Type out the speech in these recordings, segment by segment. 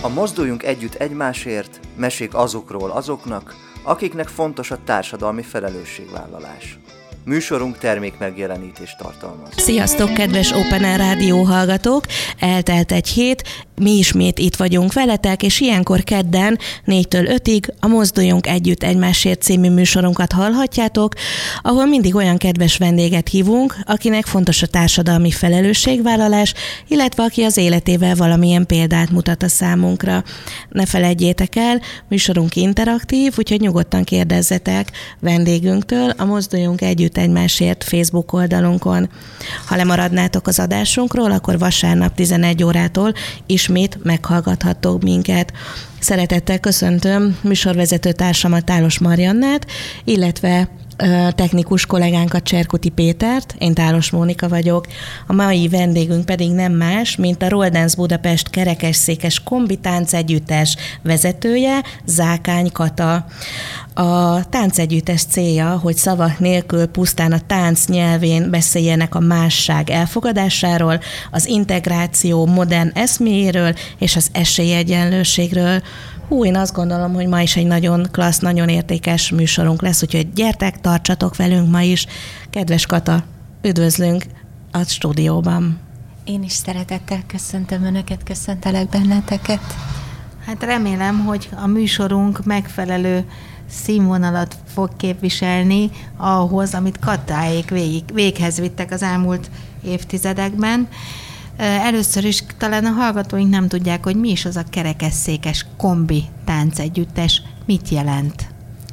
A Mozduljunk együtt egymásért, mesék azokról azoknak, akiknek fontos a társadalmi felelősségvállalás. Műsorunk termékmegjelenítést tartalmaz. Sziasztok, kedves Open Air Rádió hallgatók! Eltelt egy hét, mi ismét itt vagyunk veletek, és ilyenkor kedden 4-től 5-ig a Mozduljunk együtt egymásért című műsorunkat hallhatjátok, ahol mindig olyan kedves vendéget hívunk, akinek fontos a társadalmi felelősségvállalás, illetve aki az életével valamilyen példát mutat a számunkra. Ne feledjétek el, műsorunk interaktív, úgyhogy nyugodtan kérdezzetek vendégünktől a Mozduljunk együtt egymásért Facebook oldalunkon. Ha lemaradnátok az adásunkról, akkor vasárnap 11 órától ismét meghallgathattok minket. Szeretettel köszöntöm műsorvezető társamat, Tálos Mariannát, illetve technikus kollégánkat, Cserkuti Pétert, én Tálos Mónika vagyok. A mai vendégünk pedig nem más, mint a Roll Dance Budapest kerekesszékes kombi táncegyüttes vezetője, Zákány Kata. A táncegyüttes célja, hogy szavak nélkül pusztán a tánc nyelvén beszéljenek a másság elfogadásáról, az integráció modern eszméjéről és az esélyegyenlőségről. Én azt gondolom, hogy ma is egy nagyon klassz, nagyon értékes műsorunk lesz, úgyhogy gyertek, tartsatok velünk ma is. Kedves Kata, üdvözlünk a stúdióban. Én is szeretettel köszöntöm Önöket, köszöntelek benneteket. Hát remélem, hogy a műsorunk megfelelő színvonalat fog képviselni ahhoz, amit Katáék véghez vittek az elmúlt évtizedekben. Először is talán a hallgatóink nem tudják, hogy mi is az a kerekesszékes kombi táncegyüttes, mit jelent?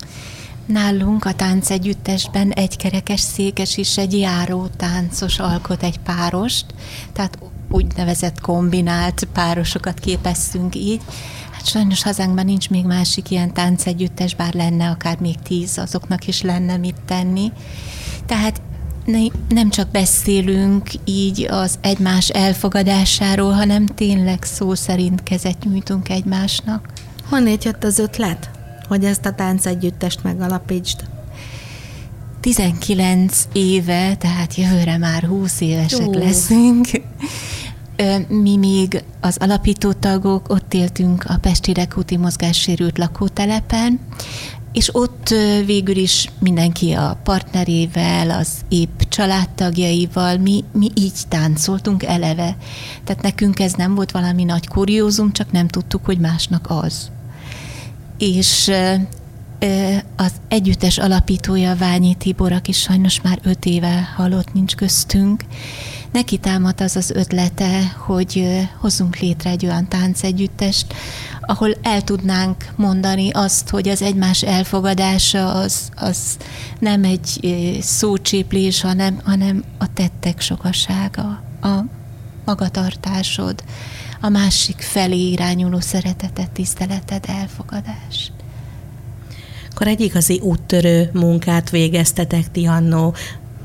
Nálunk a táncegyüttesben egy kerekesszékes és egy járó táncos alkot egy párost, tehát úgynevezett kombinált párosokat képeztünk így. Hát sajnos hazánkban nincs még másik ilyen táncegyüttes, bár lenne akár még 10, azoknak is lenne mit tenni. Tehát nem csak beszélünk így az egymás elfogadásáról, hanem tényleg szó szerint kezet nyújtunk egymásnak. Honnét jött az ötlet, hogy ezt a táncegyüttest megalapítsd? 19 éve, tehát jövőre már 20 évesek leszünk. Mi még az alapító tagok ott éltünk a Pesti Rekúti mozgássérült lakótelepen, és ott végül is mindenki a partnerével, az épp családtagjaival, mi így táncoltunk eleve. Tehát nekünk ez nem volt valami nagy kuriózum, csak nem tudtuk, hogy másnak az. És az együttes alapítója, Ványi Tibor, aki sajnos már 5 éve halott, nincs köztünk, neki támadt az az ötlete, hogy hozzunk létre egy olyan táncegyüttest, ahol el tudnánk mondani azt, hogy az egymás elfogadása az nem egy szócséplés, hanem a tettek sokasága, a magatartásod, a másik felé irányuló szereteted, tiszteleted, elfogadás. Akkor egy igazi úttörő munkát végeztetek ti annó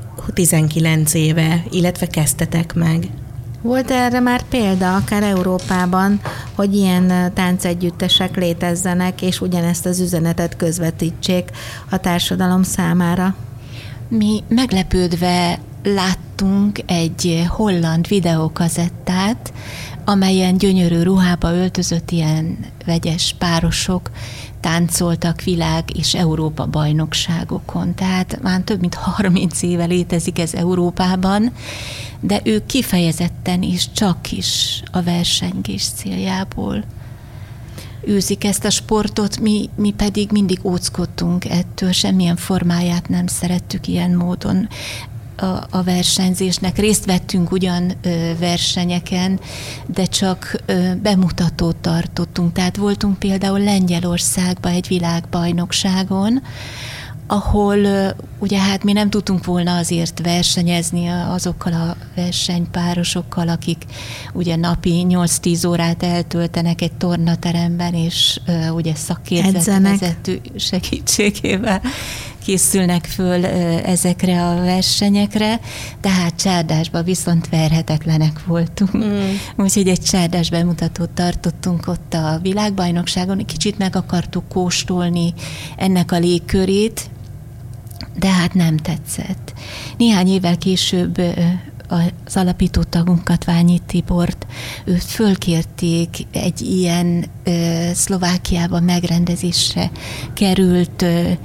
19 éve, illetve kezdtetek meg. Volt erre már példa, akár Európában, hogy ilyen táncegyüttesek létezzenek, és ugyanezt az üzenetet közvetítsék a társadalom számára? Mi meglepődve láttunk egy holland videókazettát, amelyen gyönyörű ruhába öltözött ilyen vegyes párosok táncoltak világ és Európa bajnokságokon. Tehát már több mint 30 éve létezik ez Európában, de ők kifejezetten és csak is a versengés céljából űzik ezt a sportot, mi pedig mindig óckodtunk ettől, semmilyen formáját nem szerettük ilyen módon a versenyzésnek. Részt vettünk ugyan versenyeken, de csak bemutatót tartottunk. Tehát voltunk például Lengyelországban egy világbajnokságon, ahol ugye hát mi nem tudtunk volna azért versenyezni azokkal a versenypárosokkal, akik ugye napi 8-10 órát eltöltenek egy tornateremben, és ugye szakképzett vezető segítségével készülnek föl ezekre a versenyekre, tehát csárdásban viszont verhetetlenek voltunk. Úgyhogy egy csárdás bemutatót tartottunk ott a világbajnokságon, kicsit meg akartuk kóstolni ennek a légkörét, de hát nem tetszett. Néhány évvel később az alapító tagunkat, Ványi Tibort, őt fölkérték egy ilyen Szlovákiában megrendezésre került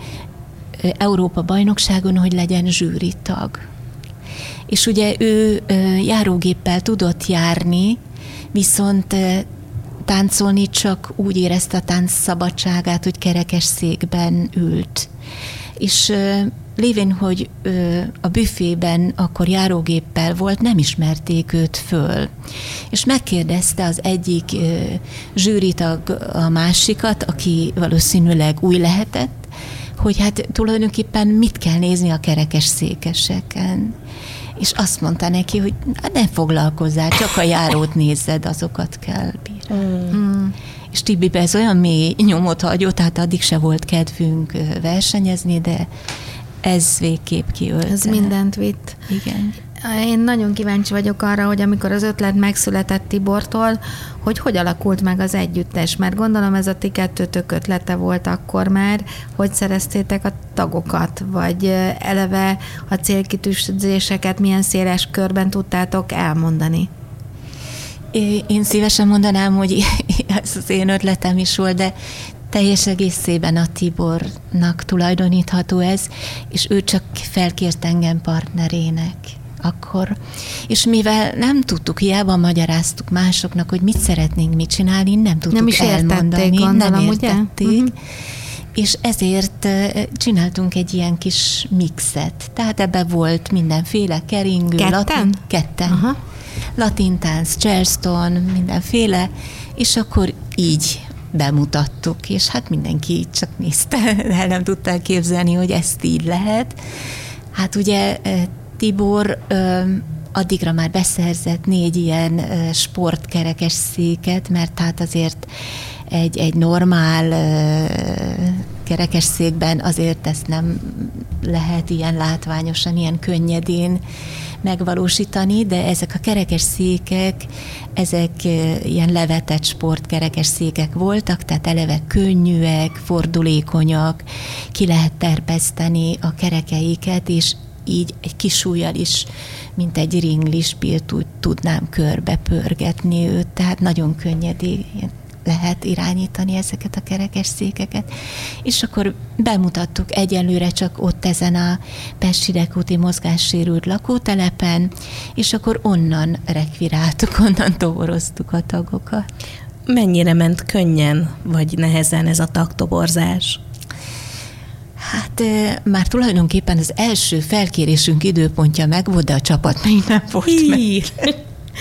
Európa-bajnokságon, hogy legyen zsűritag. És ugye ő járógéppel tudott járni, viszont táncolni csak úgy érezte a tánc szabadságát, hogy kerekesszékben ült. És lévén, hogy a büfében akkor járógéppel volt, nem ismerték őt föl. És megkérdezte az egyik zsűritag a másikat, aki valószínűleg új lehetett, hogy hát tulajdonképpen mit kell nézni a kerekes székeseken. És azt mondta neki, hogy ne foglalkozzál, csak a járót nézzed, azokat kell bírálni. És Tibibe ez olyan mély nyomot hagyott, tehát addig se volt kedvünk versenyezni, de ez végképp kiölte. Ez mindent vitt. Igen. Én nagyon kíváncsi vagyok arra, hogy amikor az ötlet megszületett Tibortól, hogy alakult meg az együttes, mert gondolom ez a ti kettőtök ötlete volt akkor már, hogy szereztétek a tagokat, vagy eleve a célkitűzéseket milyen széles körben tudtátok elmondani? Én szívesen mondanám, hogy ez az én ötletem is volt, de teljes egészében a Tibornak tulajdonítható ez, és ő csak felkért engem partnerének akkor. És mivel nem tudtuk, hiába magyaráztuk másoknak, hogy mit szeretnénk mit csinálni, nem tudtuk nem is elmondani. Gondolom, nem értették. Ugye? És ezért csináltunk egy ilyen kis mixet. Tehát ebben volt mindenféle keringő. Ketten. Aha. Latin tánc, Charleston, mindenféle, és akkor így bemutattuk, és hát mindenki csak nézte, el nem tudta elképzelni, hogy ezt így lehet. Hát ugye Tibor addigra már beszerzett 4 ilyen sportkerekes széket, mert hát azért egy normál kerekesszékben azért ezt nem lehet ilyen látványosan, ilyen könnyedén megvalósítani, de ezek a kerekesszékek, ezek ilyen levetett sportkerekesszékek voltak, tehát eleve könnyűek, fordulékonyak, ki lehet terpeszteni a kerekeiket, és így egy kis ujjal is, mint egy ringlispírt úgy tudnám körbe pörgetni őt, tehát nagyon könnyedén lehet irányítani ezeket a kerekes székeket. És akkor bemutattuk egyelőre csak ott ezen a Pest-Hidegkúti mozgássérült lakótelepen, és akkor onnan rekviráltuk, onnan toboroztuk a tagokat. Mennyire ment könnyen, vagy nehezen ez a tagtoborzás? Hát már tulajdonképpen az első felkérésünk időpontja megvolt, de a csapat még nem volt meg.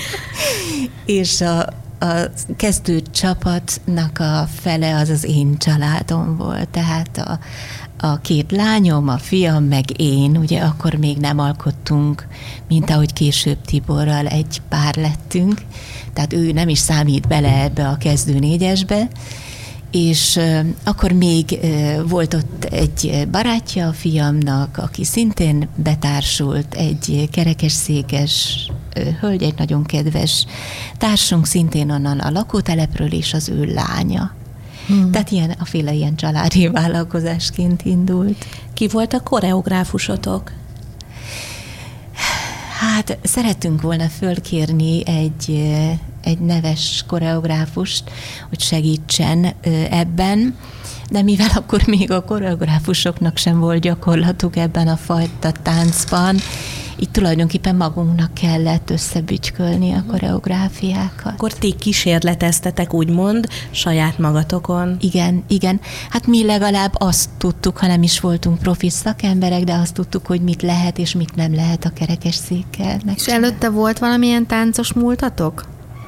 És a kezdő csapatnak a fele az az én családom volt, tehát a 2 lányom, a fiam, meg én, ugye akkor még nem alkottunk, mint ahogy később Tiborral egy pár lettünk, tehát ő nem is számít bele ebbe a kezdő 4-esbe, és akkor még volt ott egy barátja a fiamnak, aki szintén betársult, egy kerekesszékes hölgy, egy nagyon kedves társunk, szintén onnan a lakótelepről, és az ő lánya. Tehát a féle ilyen családi vállalkozásként indult. Ki volt a koreográfusotok? Hát szerettünk volna fölkérni egy neves koreográfust, hogy segítsen ebben, de mivel akkor még a koreográfusoknak sem volt gyakorlatuk ebben a fajta táncban, így tulajdonképpen magunknak kellett összebütykölni a koreográfiákat. Akkor ti kísérleteztetek, úgymond, saját magatokon? Igen. Hát mi legalább azt tudtuk, ha nem is voltunk profi szakemberek, de azt tudtuk, hogy mit lehet és mit nem lehet a kerekesszékkel. És előtte volt valamilyen táncos múltatok?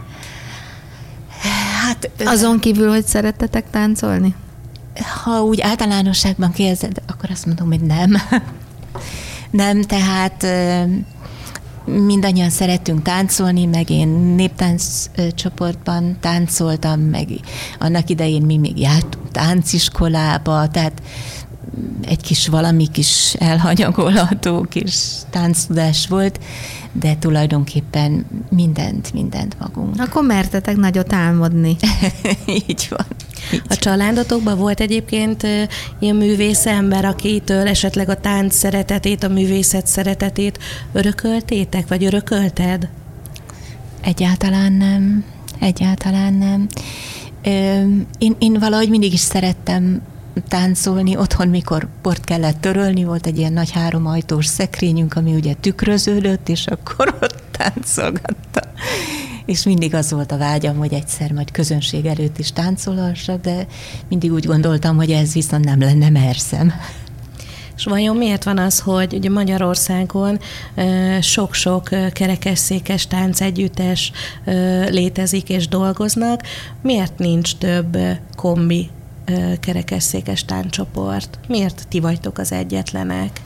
Hát, azon kívül, hogy szerettetek táncolni? Ha úgy általánosságban kérdezed, akkor azt mondom, hogy nem. Nem, tehát mindannyian szerettünk táncolni, meg én néptánc csoportban táncoltam, meg annak idején mi még jártunk tánciskolába, tehát egy kis valami kis elhanyagolható kis tánctudás volt, de tulajdonképpen mindent magunk. Akkor mertetek nagyot álmodni. Így van. A családotokban volt egyébként ilyen művész ember, akitől esetleg a tánc szeretetét, a művészet szeretetét örököltétek, vagy örökölted? Egyáltalán nem. Én valahogy mindig is szerettem táncolni. Otthon, mikor port kellett törölni, volt egy ilyen nagy 3 ajtós szekrényünk, ami ugye tükröződött, és akkor ott táncolgattam. És mindig az volt a vágyam, hogy egyszer majd közönség előtt is táncolhassak, de mindig úgy gondoltam, hogy ez viszont nem lenne merszem. És vajon miért van az, hogy ugye Magyarországon sok-sok kerekesszékes táncegyüttes létezik és dolgoznak, miért nincs több kombi kerekesszékes tánccsoport? Miért ti vagytok az egyetlenek?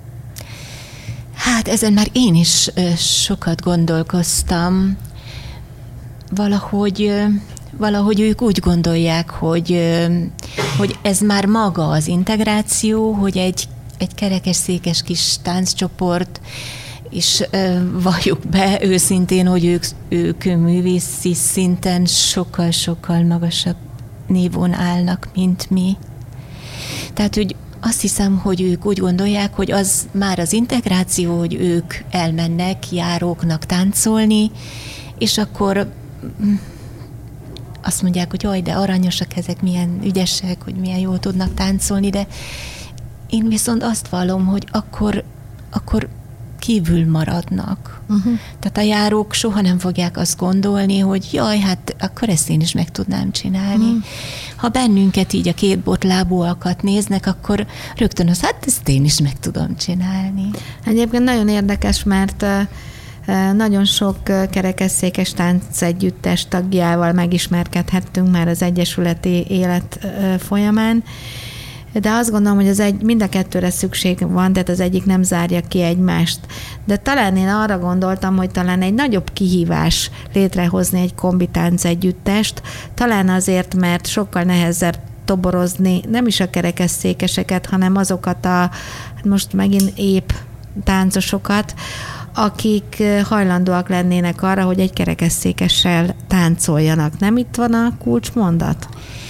Hát ezen már én is sokat gondolkoztam. Valahogy ők úgy gondolják, hogy ez már maga az integráció, hogy egy kerekesszékes kis tánccsoport, és valljuk be őszintén, hogy ők művészi szinten sokkal-sokkal magasabb nívón állnak, mint mi. Tehát, hogy azt hiszem, hogy ők úgy gondolják, hogy az már az integráció, hogy ők elmennek járóknak táncolni, és akkor azt mondják, hogy jaj, de aranyosak ezek, milyen ügyesek, hogy milyen jól tudnak táncolni, de én viszont azt vallom, hogy akkor kívül maradnak. Tehát a járók soha nem fogják azt gondolni, hogy jaj, hát akkor ezt én is meg tudnám csinálni. Ha bennünket így a 2 botlábúakat néznek, akkor rögtön az, hát ezt én is meg tudom csinálni. Egyébként nagyon érdekes, mert nagyon sok kerekesszékes táncegyüttes tagjával megismerkedhettünk már az egyesületi élet folyamán, de azt gondolom, hogy mind a kettőre szükség van, tehát az egyik nem zárja ki egymást. De talán én arra gondoltam, hogy talán egy nagyobb kihívás létrehozni egy kombitánc együttest, talán azért, mert sokkal nehezebb toborozni nem is a kerekesszékeseket, hanem azokat most megint épp táncosokat, akik hajlandóak lennének arra, hogy egy kerekesszékessel táncoljanak. Nem itt van a kulcsmondat?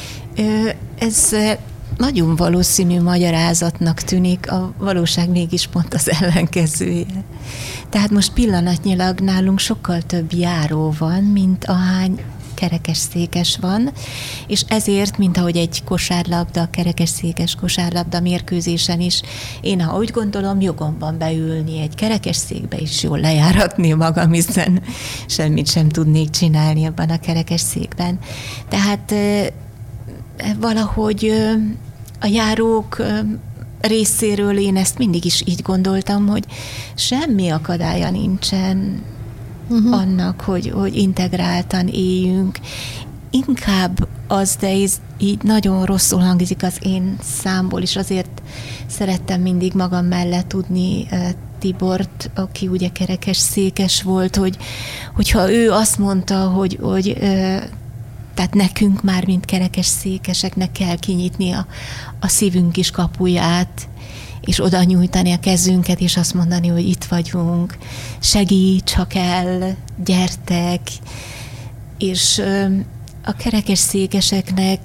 Ez nagyon valószínű magyarázatnak tűnik, a valóság mégis pont az ellenkezője. Tehát most pillanatnyilag nálunk sokkal több járó van, mint ahány kerekesszékes van, és ezért, mint ahogy egy kosárlabda, kerekesszékes kosárlabda mérkőzésen is, én, ha úgy gondolom, jogomban beülni egy kerekesszékbe is jól lejáratni magam, hiszen semmit sem tudnék csinálni abban a kerekesszékben. Tehát valahogy a járók részéről én ezt mindig is így gondoltam, hogy semmi akadálya nincsen annak, hogy integráltan éljünk. Inkább az, de ez így nagyon rosszul hangzik az én számból, és azért szerettem mindig magam mellett tudni Tibort, aki ugye kerekesszékes volt, hogyha ő azt mondta, hogy tehát nekünk már, mint kerekesszékeseknek kell kinyitni a szívünk kis kapuját, és oda nyújtani a kezünket, és azt mondani, hogy itt vagyunk, segíts, ha kell, gyertek. És a kerekesszékeseknek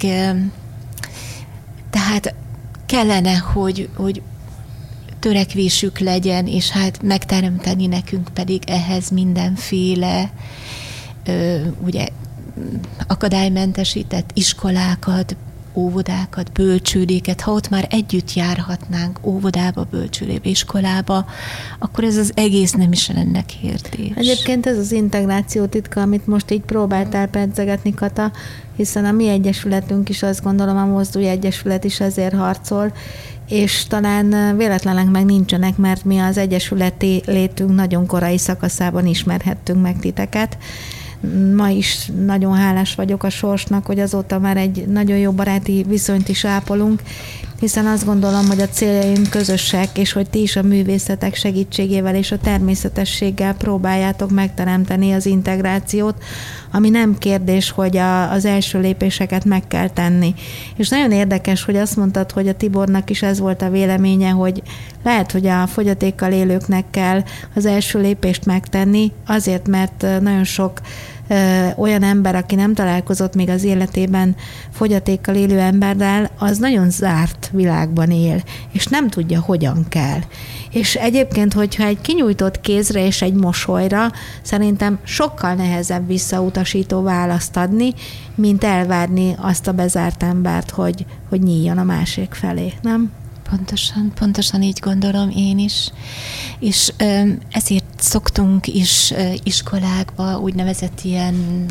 tehát kellene, hogy törekvésük legyen, és hát megteremteni nekünk pedig ehhez mindenféle ugye akadálymentesített iskolákat, óvodákat, bölcsődéket, ha ott már együtt járhatnánk óvodába, bölcsődébe, iskolába, akkor ez az egész nem is lenne kérdés. Egyébként ez az integráció titka, amit most így próbáltál pedzegetni, Kata, hiszen a mi egyesületünk is, azt gondolom, a Mozdulj Egyesület is ezért harcol, és talán véletlenek meg nincsenek, mert mi az egyesületi létünk nagyon korai szakaszában ismerhettünk meg titeket, ma is nagyon hálás vagyok a sorsnak, hogy azóta már egy nagyon jó baráti viszonyt is ápolunk, hiszen azt gondolom, hogy a céljaink közösek, és hogy ti is a művészetek segítségével és a természetességgel próbáljátok megteremteni az integrációt, ami nem kérdés, hogy az első lépéseket meg kell tenni. És nagyon érdekes, hogy azt mondtad, hogy a Tibornak is ez volt a véleménye, hogy lehet, hogy a fogyatékkal élőknek kell az első lépést megtenni, azért, mert nagyon sok olyan ember, aki nem találkozott még az életében fogyatékkal élő emberrel, az nagyon zárt világban él, és nem tudja, hogyan kell. És egyébként, hogyha egy kinyújtott kézre és egy mosolyra, szerintem sokkal nehezebb visszautasító választ adni, mint elvárni azt a bezárt embert, hogy nyíljon a másik felé, nem? Pontosan így gondolom én is. És ezért szoktunk is iskolákba úgynevezett ilyen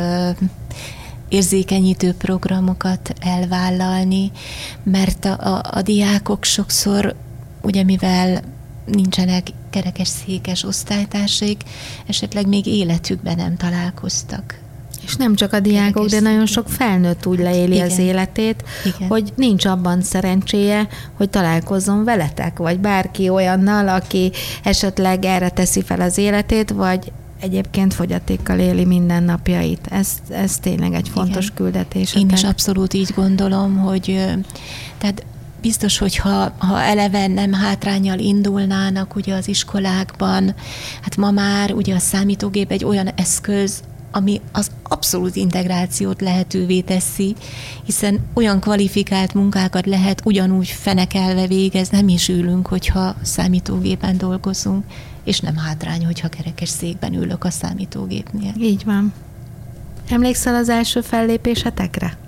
érzékenyítő programokat elvállalni, mert a diákok sokszor, ugye mivel nincsenek kerekesszékes osztálytársaik, esetleg még életükben nem találkoztak. És nem csak a diákok, de nagyon sok felnőtt úgy leéli az életét, hogy nincs abban szerencséje, hogy találkozzon veletek, vagy bárki olyannal, aki esetleg erre teszi fel az életét, vagy egyébként fogyatékkal éli mindennapjait. Ez tényleg egy fontos küldetés. Én is abszolút így gondolom, hogy tehát biztos, hogy ha eleve nem hátránnyal indulnának ugye az iskolákban, hát ma már ugye a számítógép egy olyan eszköz, ami az abszolút integrációt lehetővé teszi, hiszen olyan kvalifikált munkákat lehet ugyanúgy fenekelve végezni, nem is ülünk, hogyha számítógépen dolgozunk, és nem hátrány, hogyha kerekesszékben ülök a számítógépnél. Így van. Emlékszel az első fellépésetekre?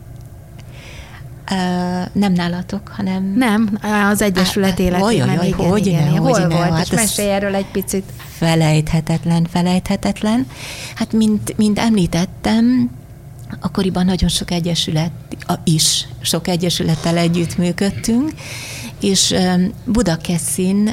Nem nálatok, hanem... Nem, az Egyesület életében. Igen. Hol volt? Hát mesélj erről egy picit. Felejthetetlen. Hát, mint említettem, akkoriban nagyon sok egyesülettel együttműködtünk, és Budakeszin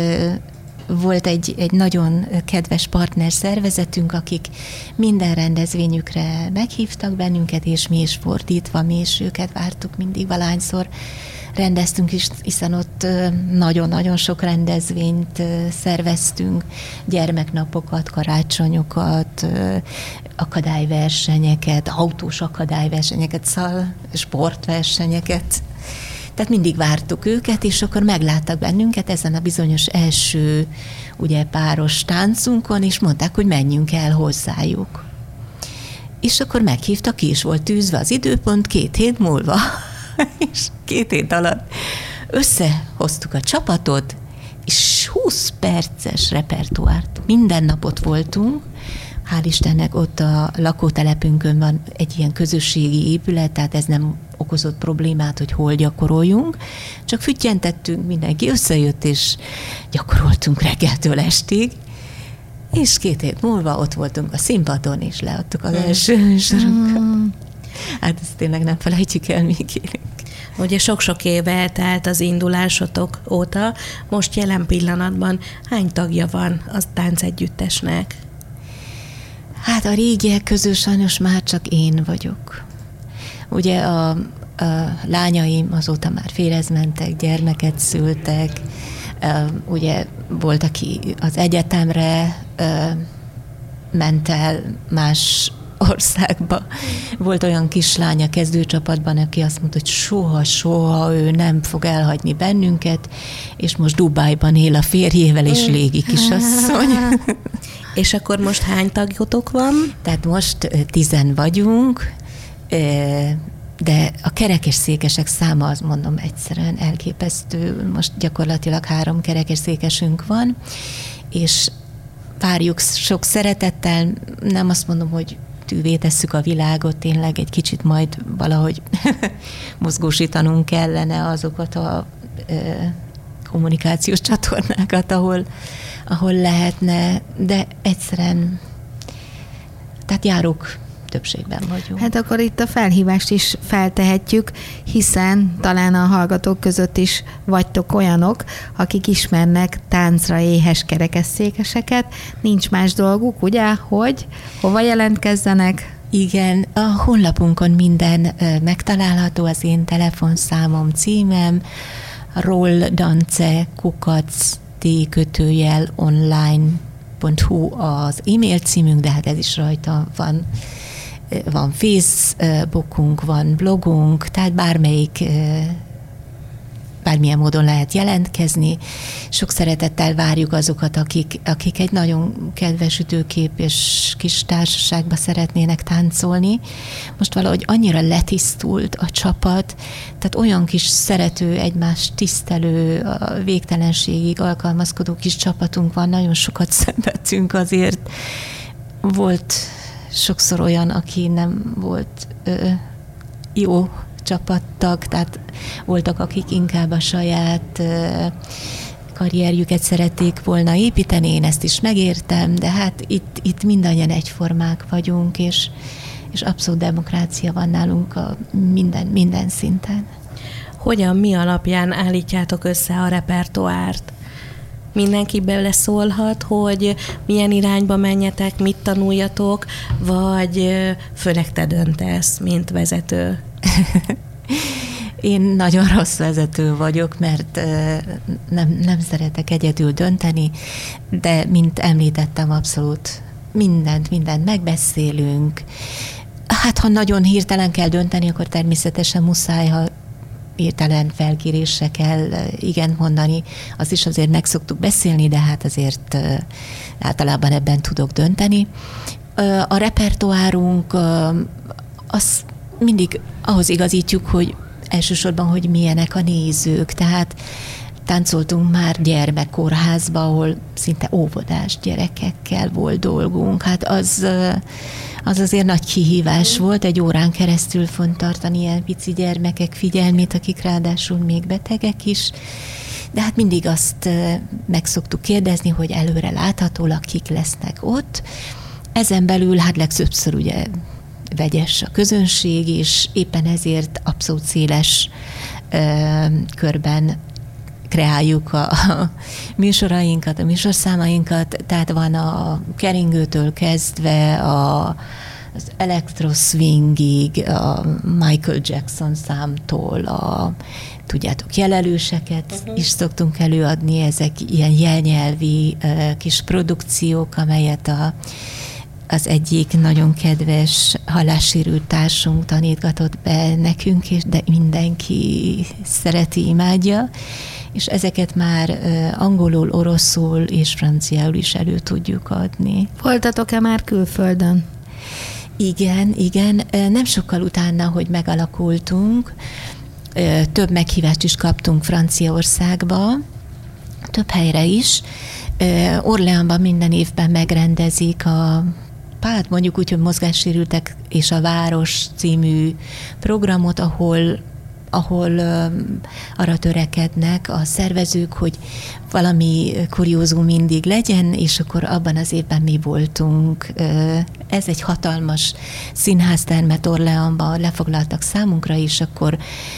volt egy nagyon kedves partner szervezetünk, akik minden rendezvényükre meghívtak bennünket, és mi is fordítva, mi is őket vártuk mindig, valahányszor rendeztünk is, hiszen ott nagyon-nagyon sok rendezvényt szerveztünk, gyermeknapokat, karácsonyokat, akadályversenyeket, autós akadályversenyeket, sportversenyeket. Tehát mindig vártuk őket, és akkor megláttak bennünket ezen a bizonyos első ugye, páros táncunkon, és mondták, hogy menjünk el hozzájuk. És akkor meghívtak, ki is volt tűzve az időpont 2 hét múlva. És 2 hét alatt összehoztuk a csapatot, és 20 perces repertoárt. Minden nap ott voltunk. Hál' Istennek ott a lakótelepünkön van egy ilyen közösségi épület, tehát ez nem okozott problémát, hogy hol gyakoroljunk. Csak füttyentettünk, mindenki összejött, és gyakoroltunk reggeltől estig. És 2 hét múlva ott voltunk a színpadon, és leadtuk az első műsorunkat. Hát ezt tényleg nem felejtjük el még élünk. Ugye sok-sok éve eltelt az indulásotok óta, most jelen pillanatban hány tagja van a táncegyüttesnek? Hát a régiek közül sajnos már csak én vagyok. Ugye a lányaim azóta már férjezmentek, gyermeket szültek, ugye volt, aki az egyetemre ment el más országba. Volt olyan kislány a kezdőcsapatban, aki azt mondta, hogy soha ő nem fog elhagyni bennünket, és most Dubájban él a férjével, és légi kisasszony. És akkor most hány tagjotok van? Tehát most 10 vagyunk, de a kerekesszékesek száma, azt mondom, egyszerűen elképesztő. Most gyakorlatilag 3 kerekesszékesünk van, és várjuk sok szeretettel, nem azt mondom, hogy tűvé tesszük a világot, tényleg egy kicsit majd valahogy mozgósítanunk kellene azokat a kommunikációs csatornákat, ahol lehetne, de egyszerűen, tehát többségben vagyunk. Hát akkor itt a felhívást is feltehetjük, hiszen talán a hallgatók között is vagytok olyanok, akik ismernek táncra éhes kerekesszékeseket. Nincs más dolguk, ugye, hogy hova jelentkezzenek? Igen, a honlapunkon minden megtalálható, az én telefonszámom, címem, roldance@t-online.hu az e-mail címünk, de hát ez is rajta van. Van Facebookunk, van blogunk, tehát bármilyen módon lehet jelentkezni. Sok szeretettel várjuk azokat, akik egy nagyon kedves ütőképes kis társaságba szeretnének táncolni. Most valahogy annyira letisztult a csapat, tehát olyan kis szerető, egymást tisztelő, a végtelenségig alkalmazkodó kis csapatunk van, nagyon sokat szenvedtünk azért. Volt sokszor olyan, aki nem volt jó csapattag, tehát voltak, akik inkább a saját karrierjüket szerették volna építeni, én ezt is megértem, de hát itt mindannyian egyformák vagyunk, és abszolút demokrácia van nálunk minden szinten. Hogyan, mi alapján állítjátok össze a repertoárt? Mindenki beleszólhat, hogy milyen irányba menjetek, mit tanuljatok, vagy főleg te döntesz, mint vezető? Én nagyon rossz vezető vagyok, mert nem szeretek egyedül dönteni, de mint említettem, abszolút mindent megbeszélünk. Hát, ha nagyon hirtelen kell dönteni, akkor természetesen muszáj, ha hirtelen felkérésre kell igent mondani, azt is azért meg szoktuk beszélni, de hát azért általában ebben tudok dönteni. A repertoárunk, azt mindig ahhoz igazítjuk, hogy elsősorban, hogy milyenek a nézők, tehát táncoltunk már gyermekkórházba, ahol szinte óvodás gyerekekkel volt dolgunk. Hát az azért nagy kihívás volt, egy órán keresztül font tartani ilyen pici gyermekek figyelmét, akik ráadásul még betegek is. De hát mindig azt meg szoktuk kérdezni, hogy előre láthatólag kik lesznek ott. Ezen belül hát legtöbbször ugye vegyes a közönség, és éppen ezért abszolút széles körben kreáljuk a műsorainkat, a műsorszámainkat, tehát van a keringőtől kezdve az electro-swingig, a Michael Jackson számtól, tudjátok, jelelőseket is szoktunk előadni, ezek ilyen jelnyelvi kis produkciók, amelyet az egyik nagyon kedves hallássérült társunk tanítgatott be nekünk, de mindenki szereti, imádja, és ezeket már angolul, oroszul és franciául is elő tudjuk adni. Voltatok-e már külföldön? Igen. Nem sokkal utána, hogy megalakultunk, több meghívást is kaptunk Franciaországba, több helyre is. Orléansban minden évben megrendezik hát mondjuk úgy, hogy Mozgássérültek és a Város című programot, ahol arra törekednek a szervezők, hogy valami kuriózum mindig legyen, és akkor abban az évben mi voltunk. Ez egy hatalmas színháztermet Orléansban lefoglaltak számunkra, és akkor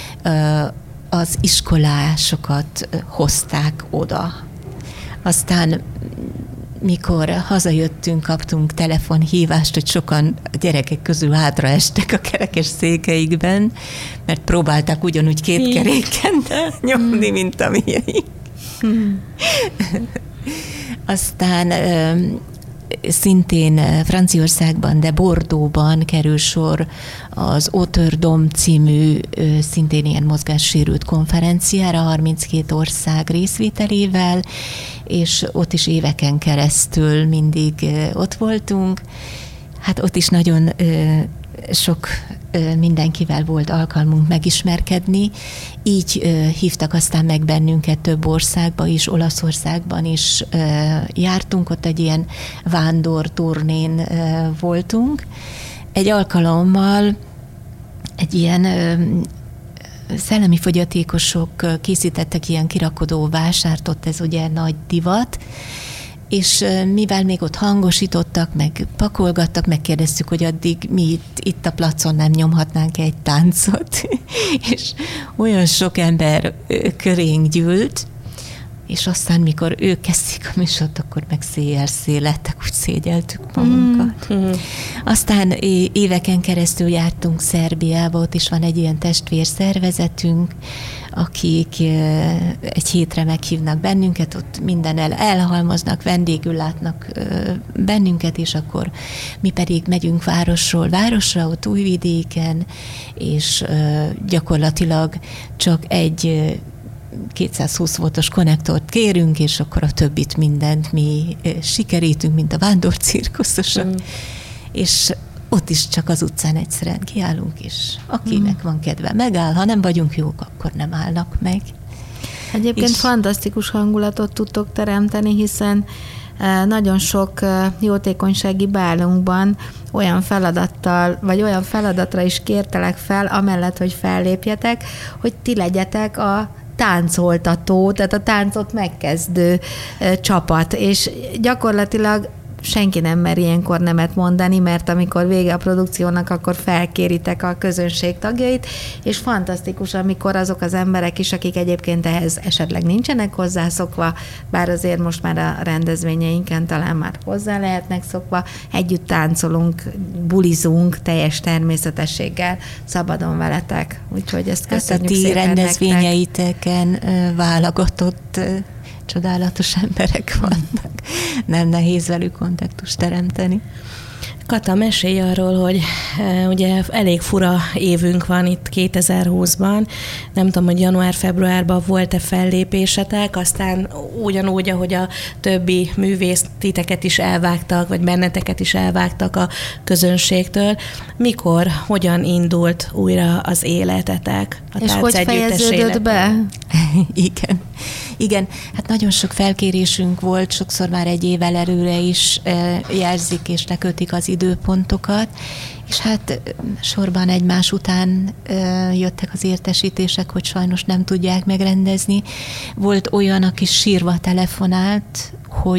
az iskolásokat hozták oda. Aztán mikor hazajöttünk, kaptunk telefonhívást, hogy sokan a gyerekek közül hátraestek a kerekes székeikben, mert próbálták ugyanúgy két keréken nyomni, mint a miénk. Aztán szintén Franciaországban, de Bordeauxban kerül sor az Auteur Dome című szintén ilyen mozgássérült konferenciára, 32 ország részvételével, és ott is éveken keresztül mindig ott voltunk. Hát ott is nagyon sok mindenkivel volt alkalmunk megismerkedni. Így hívtak aztán meg bennünket több országba is, Olaszországban is jártunk, ott egy ilyen vándorturnén voltunk. Egy alkalommal egy ilyen szellemi fogyatékosok készítettek ilyen kirakodó vásárt, ott ez ugye nagy divat, és mivel még ott hangosítottak, meg pakolgattak, megkérdeztük, hogy addig mi itt a placon nem nyomhatnánk egy táncot, és olyan sok ember körénk gyűlt, és aztán, mikor ők kezdték a műsort, akkor meg szélettek, úgy szégyeltük magunkat. Aztán éveken keresztül jártunk Szerbiába, ott is van egy ilyen testvérszervezetünk, akik egy hétre meghívnak bennünket, ott minden elhalmoznak, vendégül látnak bennünket, és akkor mi pedig megyünk városról városra, ott Újvidéken, és gyakorlatilag csak egy 220 voltos konnektort kérünk, és akkor a többit mindent mi sikerítünk, mint a vándorcirkuszosok. És ott is csak az utcán egyszerűen kiállunk, és akinek van kedve, megáll, ha nem vagyunk jók, akkor nem állnak meg. Egyébként fantasztikus hangulatot tudtok teremteni, hiszen nagyon sok jótékonysági bálunkban olyan feladattal, vagy olyan feladatra is kértelek fel, amellett, hogy fellépjetek, hogy ti legyetek a táncoltató, tehát a táncot megkezdő csapat, és gyakorlatilag senki nem mer ilyenkor nemet mondani, mert amikor vége a produkciónak, akkor felkéritek a közönség tagjait, és fantasztikus, amikor azok az emberek is, akik egyébként ehhez esetleg nincsenek hozzászokva, bár azért most már a rendezvényeinken talán már hozzá lehetnek szokva, együtt táncolunk, bulizunk teljes természetességgel, szabadon veletek. Úgyhogy ezt köszönjük szépen nektek. A ti rendezvényeiteken válogatott csodálatos emberek vannak. Nem nehéz velük kontaktust teremteni. Kata, mesélj arról, hogy ugye elég fura évünk van itt 2020-ban. Nem tudom, hogy január-februárban volt-e fellépésetek, aztán ugyanúgy, ahogy a többi művész titeket is elvágtak, vagy benneteket is elvágtak a közönségtől. Mikor, hogyan indult újra az életetek? És hogy fejeződött be? Igen, hát nagyon sok felkérésünk volt, sokszor már egy évvel előre is jelzik és lekötik az időpontokat, és hát sorban egymás után jöttek az értesítések, hogy sajnos nem tudják megrendezni. Volt olyan, aki sírva telefonált,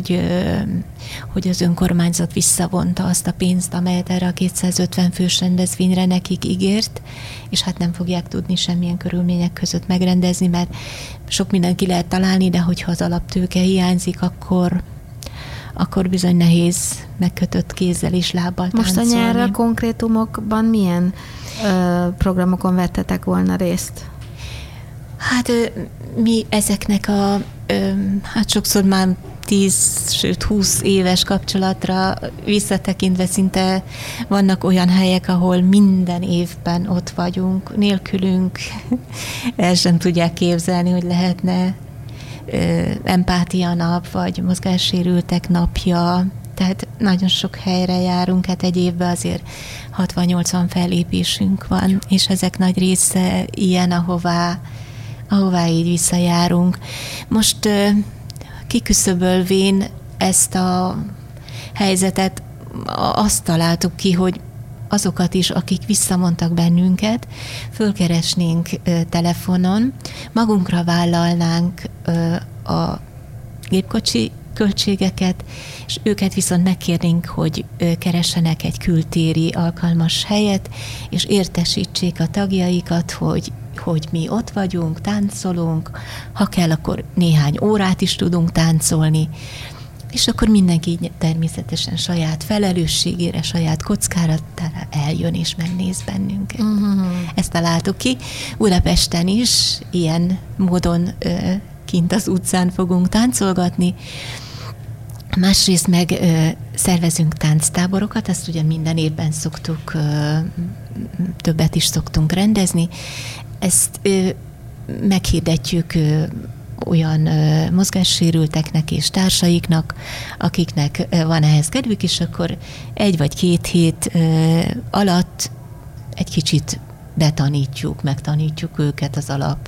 hogy az önkormányzat visszavonta azt a pénzt, amelyet erre a 250 fős rendezvényre nekik ígért, és hát nem fogják tudni semmilyen körülmények között megrendezni, mert sok mindent ki lehet találni, de hogyha az alaptőke hiányzik, akkor bizony nehéz megkötött kézzel és lábbal most táncolni. Most a nyárra konkrétumokban milyen programokon vettetek volna részt? Hát mi ezeknek hát sokszor már 10, sőt 20 éves kapcsolatra visszatekintve szinte vannak olyan helyek, ahol minden évben ott vagyunk, nélkülünk el sem tudják képzelni, hogy lehetne empátia nap, vagy mozgássérültek napja, tehát nagyon sok helyre járunk, hát egy évben azért 60-80 fellépésünk van, és ezek nagy része ilyen, ahová így visszajárunk. Most kiküszöbölvén ezt a helyzetet azt találtuk ki, hogy azokat is, akik visszamondtak bennünket, fölkeresnénk telefonon, magunkra vállalnánk a gépkocsi költségeket, és őket viszont megkérnénk, hogy keressenek egy kültéri alkalmas helyet, és értesítsék a tagjaikat, hogy mi ott vagyunk, táncolunk, ha kell, akkor néhány órát is tudunk táncolni, és akkor mindenki természetesen saját felelősségére, saját kockáratára eljön és megnéz bennünket. Ezt találtuk ki. Budapesten is ilyen módon kint az utcán fogunk táncolgatni. Másrészt meg szervezünk tánctáborokat, ezt ugye minden évben szoktuk, többet is szoktunk rendezni. Ezt meghirdetjük olyan mozgássérülteknek és társaiknak, akiknek van ehhez kedvük, és akkor 1 vagy 2 hét alatt egy kicsit megtanítjuk őket az alap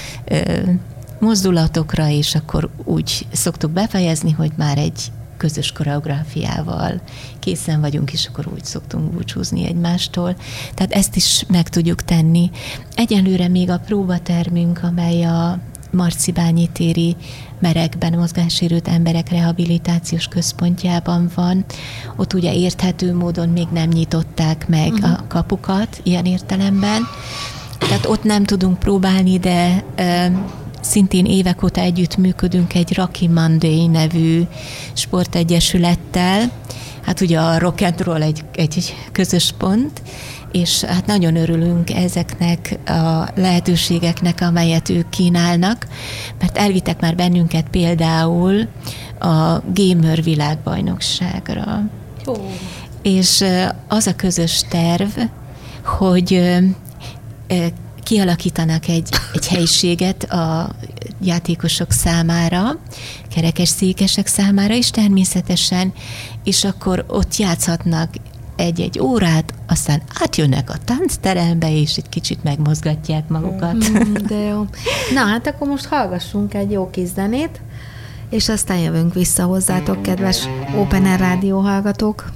mozdulatokra, és akkor úgy szoktuk befejezni, hogy már egy közös koreográfiával készen vagyunk, és akkor úgy szoktunk búcsúzni egymástól. Tehát ezt is meg tudjuk tenni. Egyelőre még a próbatermünk, amely a Marcibányi téri Merekben mozgássérült emberek rehabilitációs központjában van. Ott ugye érthető módon még nem nyitották meg a kapukat ilyen értelemben. Tehát ott nem tudunk próbálni, de szintén évek óta együttműködünk egy Rocky Monday nevű sportegyesülettel. Hát ugye a rock and roll egy közös pont, és hát nagyon örülünk ezeknek a lehetőségeknek, amelyet ők kínálnak, mert elvittek már bennünket például a Gamer világbajnokságra. És az a közös terv, hogy kialakítanak egy helyiséget a játékosok számára, kerekesszékesek számára is természetesen, és akkor ott játszhatnak egy órát, aztán átjönnek a táncterembe, és egy kicsit megmozgatják magukat. De jó. Na, hát akkor most hallgassunk egy jó kis zenét, és aztán jövünk vissza hozzátok, kedves Open Air Rádió hallgatók.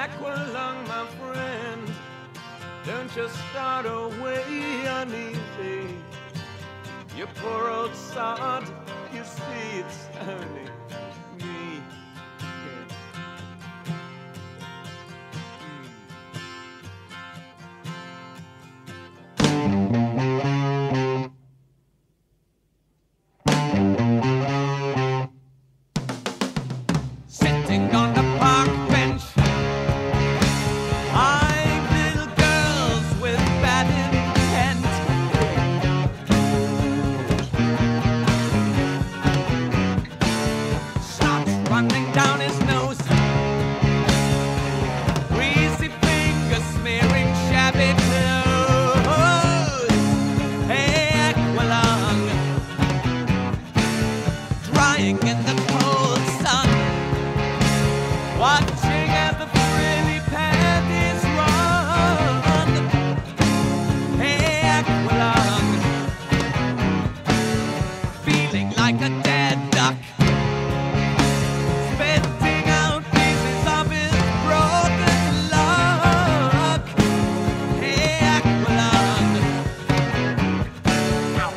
Aqualung, my friend, don't just start away uneasy. You poor old sod, you see it's only me. Sitting on the park bench, eying little girls with bad intent. Starts running down his nose, greasy fingers smearing shabby clothes. Hey, Aqualung, drying in the cold sun, watching as the frilly panties run. Hey, Aqualung, feeling like a dead duck, spitting out pieces of his broken luck. Hey, Aqualung, ow.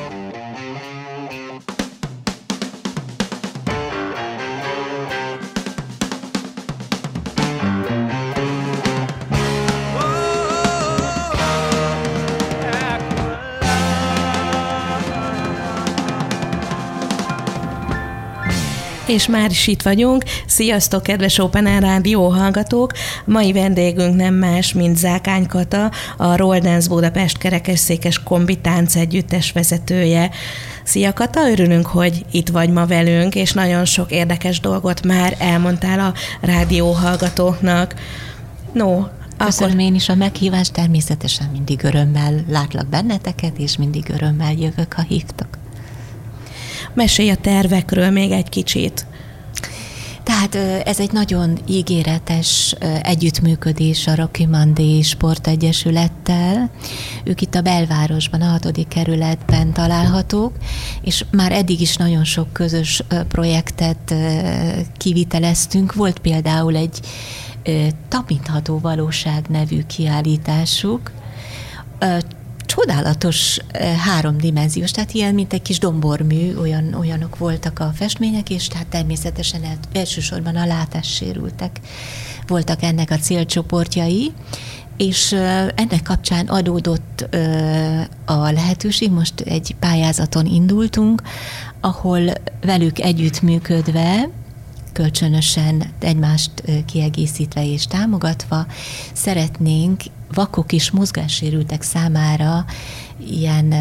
És már is itt vagyunk. Sziasztok, kedves Open Air Rádió hallgatók! Mai vendégünk nem más, mint Zákány Kata, a Roll Dance Budapest kerekesszékes kombi tánc együttes vezetője. Szia Kata, örülünk, hogy itt vagy ma velünk, és nagyon sok érdekes dolgot már elmondtál a rádió hallgatóknak. No, Köszönöm én is a meghívást, természetesen mindig örömmel látlak benneteket, és mindig örömmel jövök, ha hívtok. Mesélj a tervekről még egy kicsit. Tehát ez egy nagyon ígéretes együttműködés a Rocky Monday Sportegyesülettel. Ők itt a belvárosban, a 6. kerületben találhatók, és már eddig is nagyon sok közös projektet kiviteleztünk. Volt például egy Tapintható valóság nevű kiállításuk, csodálatos háromdimenziós, tehát ilyen, mint egy kis dombormű, olyanok voltak a festmények, és tehát természetesen elsősorban a látássérültek voltak ennek a célcsoportjai, és ennek kapcsán adódott a lehetőség, most egy pályázaton indultunk, ahol velük együttműködve, kölcsönösen egymást kiegészítve és támogatva szeretnénk vakok és mozgássérültek számára ilyen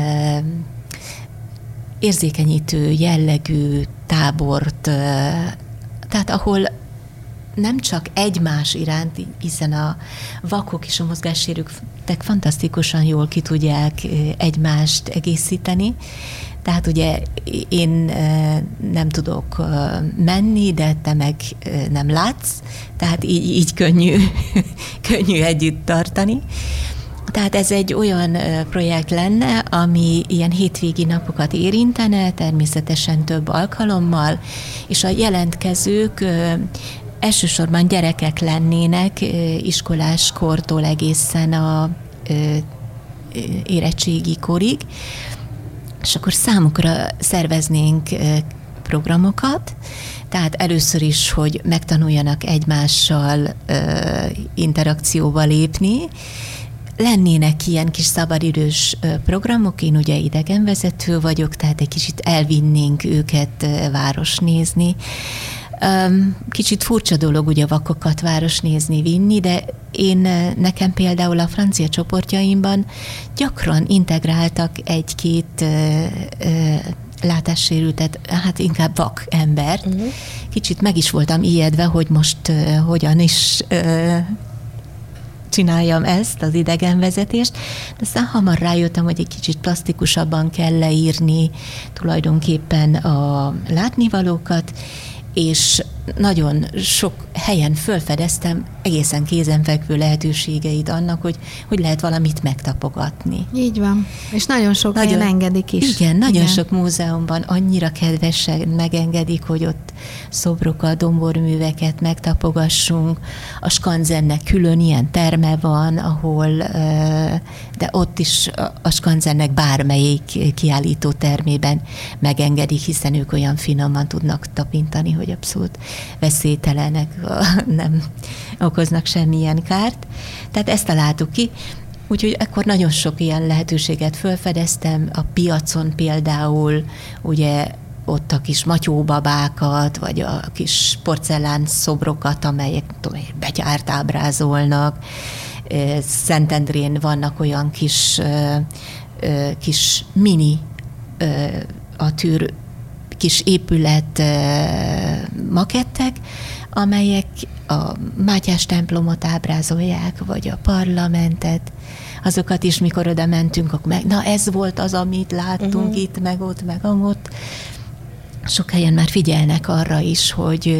érzékenyítő jellegű tábort, tehát ahol nem csak egymás iránt, hiszen a vakok és a mozgássérültek fantasztikusan jól ki tudják egymást egészíteni. Tehát ugye én nem tudok menni, de te meg nem látsz, tehát így könnyű együtt tartani. Tehát ez egy olyan projekt lenne, ami ilyen hétvégi napokat érintene, természetesen több alkalommal, és a jelentkezők elsősorban gyerekek lennének, iskolás kortól egészen a érettségi korig, és akkor számukra szerveznénk programokat, tehát először is, hogy megtanuljanak egymással interakcióba lépni, lennének ilyen kis szabadidős programok, én ugye idegenvezető vagyok, tehát egy kicsit elvinnénk őket városnézni. Kicsit furcsa dolog ugye vakokat városnézni, vinni, de nekem például a francia csoportjaimban gyakran integráltak egy-két látássérültet, hát inkább vak embert. Kicsit meg is voltam ijedve, hogy most hogyan is csináljam ezt, az idegenvezetést, de aztán hamar rájöttem, hogy egy kicsit plastikusabban kell leírni tulajdonképpen a látnivalókat, és nagyon sok helyen felfedeztem egészen kézenfekvő lehetőségeid annak, hogy lehet valamit megtapogatni. Így van. És nagyon sok helyen engedik is. Igen, nagyon sok múzeumban annyira kedvesen megengedik, hogy ott szobrokat, domborműveket megtapogassunk. A Skanzennek külön ilyen terme van, ahol, de ott is a Skanzennek bármelyik kiállító termében megengedik, hiszen ők olyan finoman tudnak tapintani, hogy abszolút veszélytelenek, nem okoznak semmilyen kárt. Tehát ezt találtuk ki. Úgyhogy akkor nagyon sok ilyen lehetőséget felfedeztem. A piacon például ugye ott a kis matyóbabákat, vagy a kis porcelán szobrokat, amelyek betyárt ábrázolnak. Szentendrén vannak olyan kis mini kis épület makettek, amelyek a Mátyás templomot ábrázolják, vagy a parlamentet. Azokat is, mikor oda mentünk, akkor na ez volt az, amit láttunk itt, meg ott, meg amott. Sok helyen már figyelnek arra is,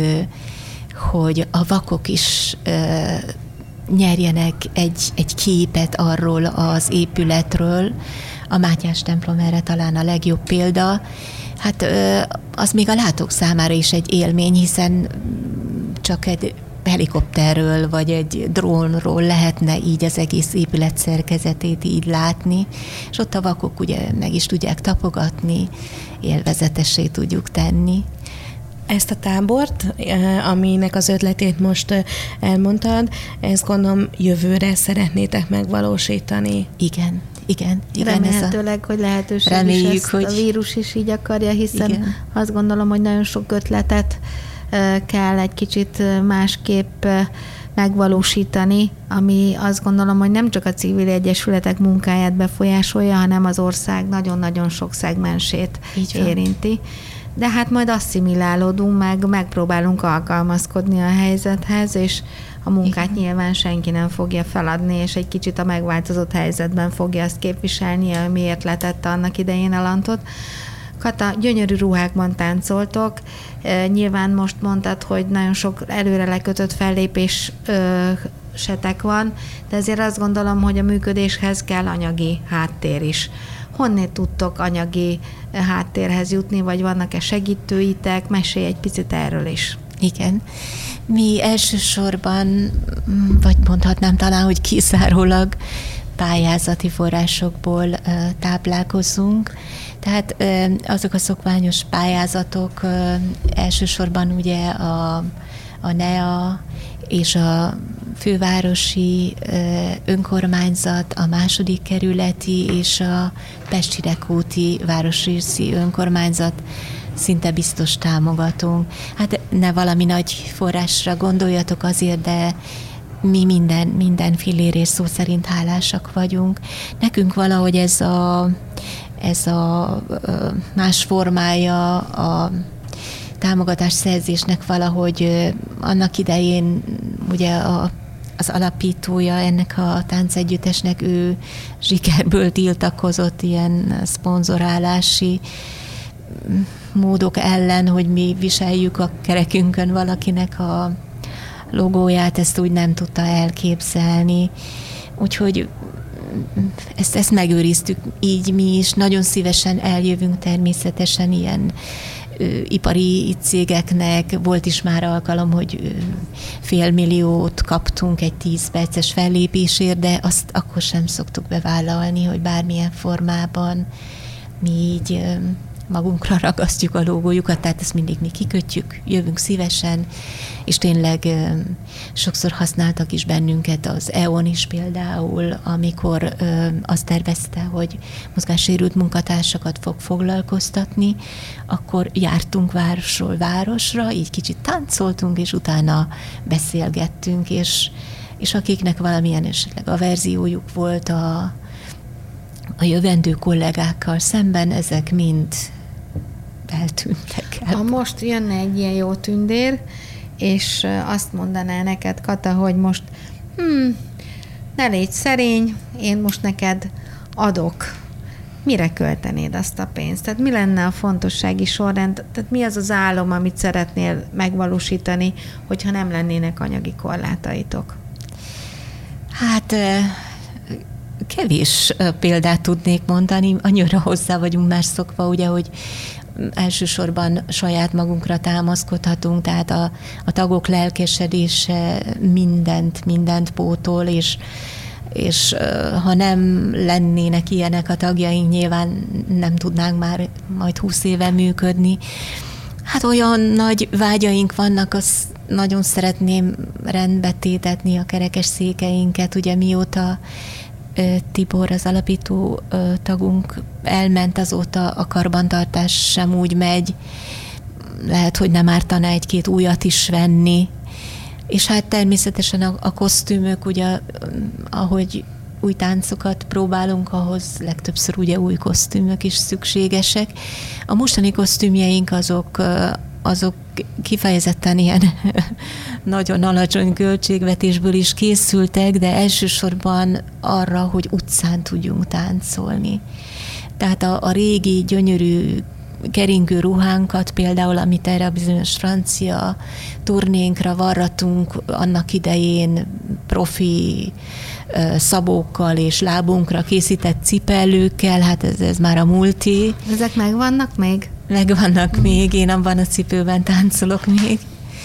hogy a vakok is nyerjenek egy képet arról az épületről. A Mátyás templom erre talán a legjobb példa. Hát az még a látók számára is egy élmény, hiszen csak egy helikopterről vagy egy drónról lehetne így az egész épület szerkezetét így látni, és ott a vakok ugye meg is tudják tapogatni, élvezetessé tudjuk tenni. Ezt a tábort, aminek az ötletét most elmondtad, ezt gondolom jövőre szeretnétek megvalósítani. Igen. Remélhetőleg, hogy lehetőség reméljük, is ezt a vírus is így akarja, hiszen igen. Azt gondolom, hogy nagyon sok ötletet kell egy kicsit másképp megvalósítani, ami azt gondolom, hogy nem csak a civil egyesületek munkáját befolyásolja, hanem az ország nagyon-nagyon sok szegmensét érinti. De hát majd asszimilálódunk, megpróbálunk alkalmazkodni a helyzethez, és a munkát nyilván senki nem fogja feladni, és egy kicsit a megváltozott helyzetben fogja azt képviselni, miért letette annak idején a lantot. Kata, gyönyörű ruhákban táncoltok. Nyilván most mondtad, hogy nagyon sok előre lekötött fellépésetek van, de azért azt gondolom, hogy a működéshez kell anyagi háttér is. Honnét tudtok anyagi háttérhez jutni, vagy vannak-e segítőitek? Mesélj egy picit erről is. Igen. Mi elsősorban, vagy mondhatnám talán, hogy kizárólag pályázati forrásokból táplálkozunk. Tehát azok a szokványos pályázatok elsősorban ugye a NEA és a fővárosi önkormányzat, a második kerületi és a Pest-Hidegkúti városrészi önkormányzat szinte biztos támogatunk. Hát ne valami nagy forrásra gondoljatok azért, de mi minden fillérés szó szerint hálásak vagyunk. Nekünk valahogy ez a más formája a támogatás szerzésnek valahogy annak idején ugye az alapítója ennek a táncegyüttesnek, ő zsikerből tiltakozott ilyen szponzorálási módok ellen, hogy mi viseljük a kerekünkön valakinek a logóját, ezt úgy nem tudta elképzelni. Úgyhogy ezt megőriztük így mi is. Nagyon szívesen eljövünk természetesen ilyen ipari cégeknek. Volt is már alkalom, hogy $500 000 kaptunk egy 10 perces fellépésért, de azt akkor sem szoktuk bevállalni, hogy bármilyen formában mi így magunkra ragasztjuk a logójukat, tehát ezt mindig mi kikötjük, jövünk szívesen, és tényleg sokszor használtak is bennünket az EON is például, amikor azt tervezte, hogy mozgássérült munkatársakat fog foglalkoztatni, akkor jártunk városról városra, így kicsit táncoltunk, és utána beszélgettünk, és akiknek valamilyen esetleg averziójuk volt a jövendő kollégákkal szemben, ezek mind eltűntek el. Ha most jönne egy ilyen jó tündér, és azt mondaná neked, Kata, hogy most ne légy szerény, én most neked adok mire költenéd azt a pénzt? Tehát mi lenne a fontossági sorrend? Tehát mi az az álom, amit szeretnél megvalósítani, hogyha nem lennének anyagi korlátaitok? Hát kevés példát tudnék mondani, annyira hozzá vagyunk már szokva, ugye, hogy elsősorban saját magunkra támaszkodhatunk, tehát a tagok lelkesedése mindent pótol, és ha nem lennének ilyenek a tagjaink, nyilván nem tudnánk már majd 20 éve működni. Hát olyan nagy vágyaink vannak, azt nagyon szeretném rendbe tétetni a kerekes székeinket, ugye mióta Tibor, az alapító tagunk elment, azóta a karbantartás sem úgy megy. Lehet, hogy nem ártana egy-két újat is venni. És hát természetesen a kosztümök, ugye, ahogy új táncokat próbálunk, ahhoz legtöbbször ugye új kosztümök is szükségesek. A mostani kosztümjeink azok kifejezetten ilyen nagyon alacsony költségvetésből is készültek, de elsősorban arra, hogy utcán tudjunk táncolni. Tehát a régi, gyönyörű keringő ruhánkat például, amit erre a bizonyos francia turnénkra varratunk annak idején profi szabókkal és lábunkra készített cipellőkkel, hát ez már a múlté. Ezek megvannak még? Megvannak még, én abban a cipőben táncolok még,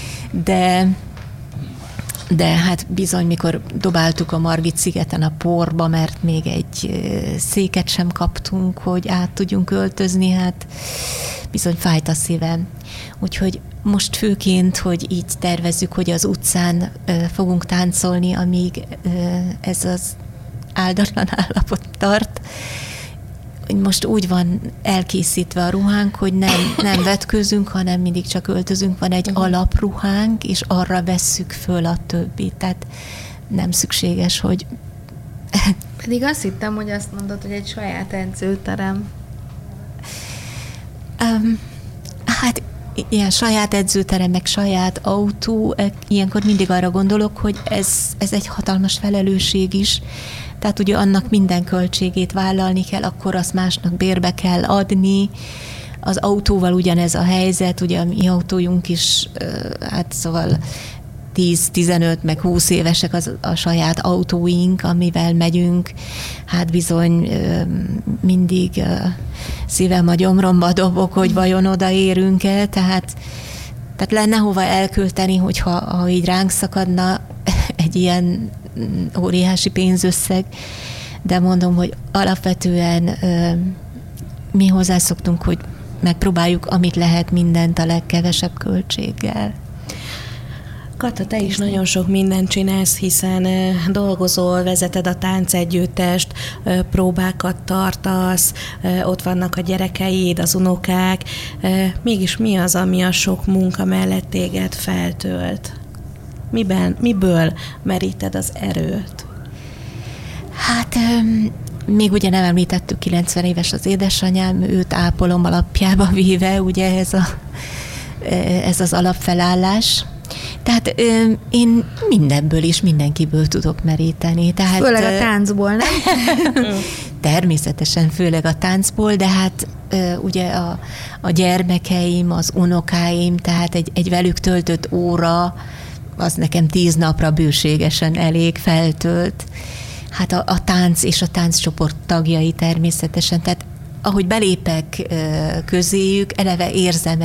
de hát bizony, mikor dobáltuk a Margit szigeten a porba, mert még egy széket sem kaptunk, hogy át tudjunk öltözni, hát bizony fájt a szívem. Úgyhogy most főként, hogy így tervezzük, hogy az utcán fogunk táncolni, amíg ez az áldatlan állapot tart. Most úgy van elkészítve a ruhánk, hogy nem vetkőzünk, hanem mindig csak öltözünk. Van egy alapruhánk, és arra vesszük föl a többit. Tehát nem szükséges, hogy... Pedig azt hittem, hogy azt mondod, hogy egy saját edzőterem. Hát ilyen saját edzőterem, meg saját autó, ilyenkor mindig arra gondolok, hogy ez egy hatalmas felelősség is. Tehát ugye annak minden költségét vállalni kell, akkor azt másnak bérbe kell adni. Az autóval ugyanez a helyzet, ugye a mi autójunk is, hát szóval 10-15 meg 20 évesek a saját autóink, amivel megyünk. Hát bizony mindig szívem a gyomromba dobok, hogy vajon odaérünk-e, tehát lenne hova elkölteni, hogyha így ránk szakadna egy ilyen óriási pénzösszeg, de mondom, hogy alapvetően mi hozzászoktunk, hogy megpróbáljuk, amit lehet, mindent a legkevesebb költséggel. Kata, te is nagyon sok mindent csinálsz, hiszen dolgozol, vezeted a táncegyüttest, próbákat tartasz, ott vannak a gyerekeid, az unokák. Mégis mi az, ami a sok munka mellett téged feltölt? Miből meríted az erőt? Hát még ugye nem említettük, 90 éves az édesanyám, őt ápolom alapjába véve, ugye ez az alapfelállás. Tehát én mindenből és mindenkiből tudok meríteni. Tehát, főleg a táncból, nem? Természetesen főleg a táncból, de hát ugye a gyermekeim, az unokáim, tehát egy velük töltött óra, az nekem 10 napra bőségesen elég feltölt. Hát a tánc és a tánccsoport tagjai természetesen, tehát ahogy belépek közéjük, eleve érzem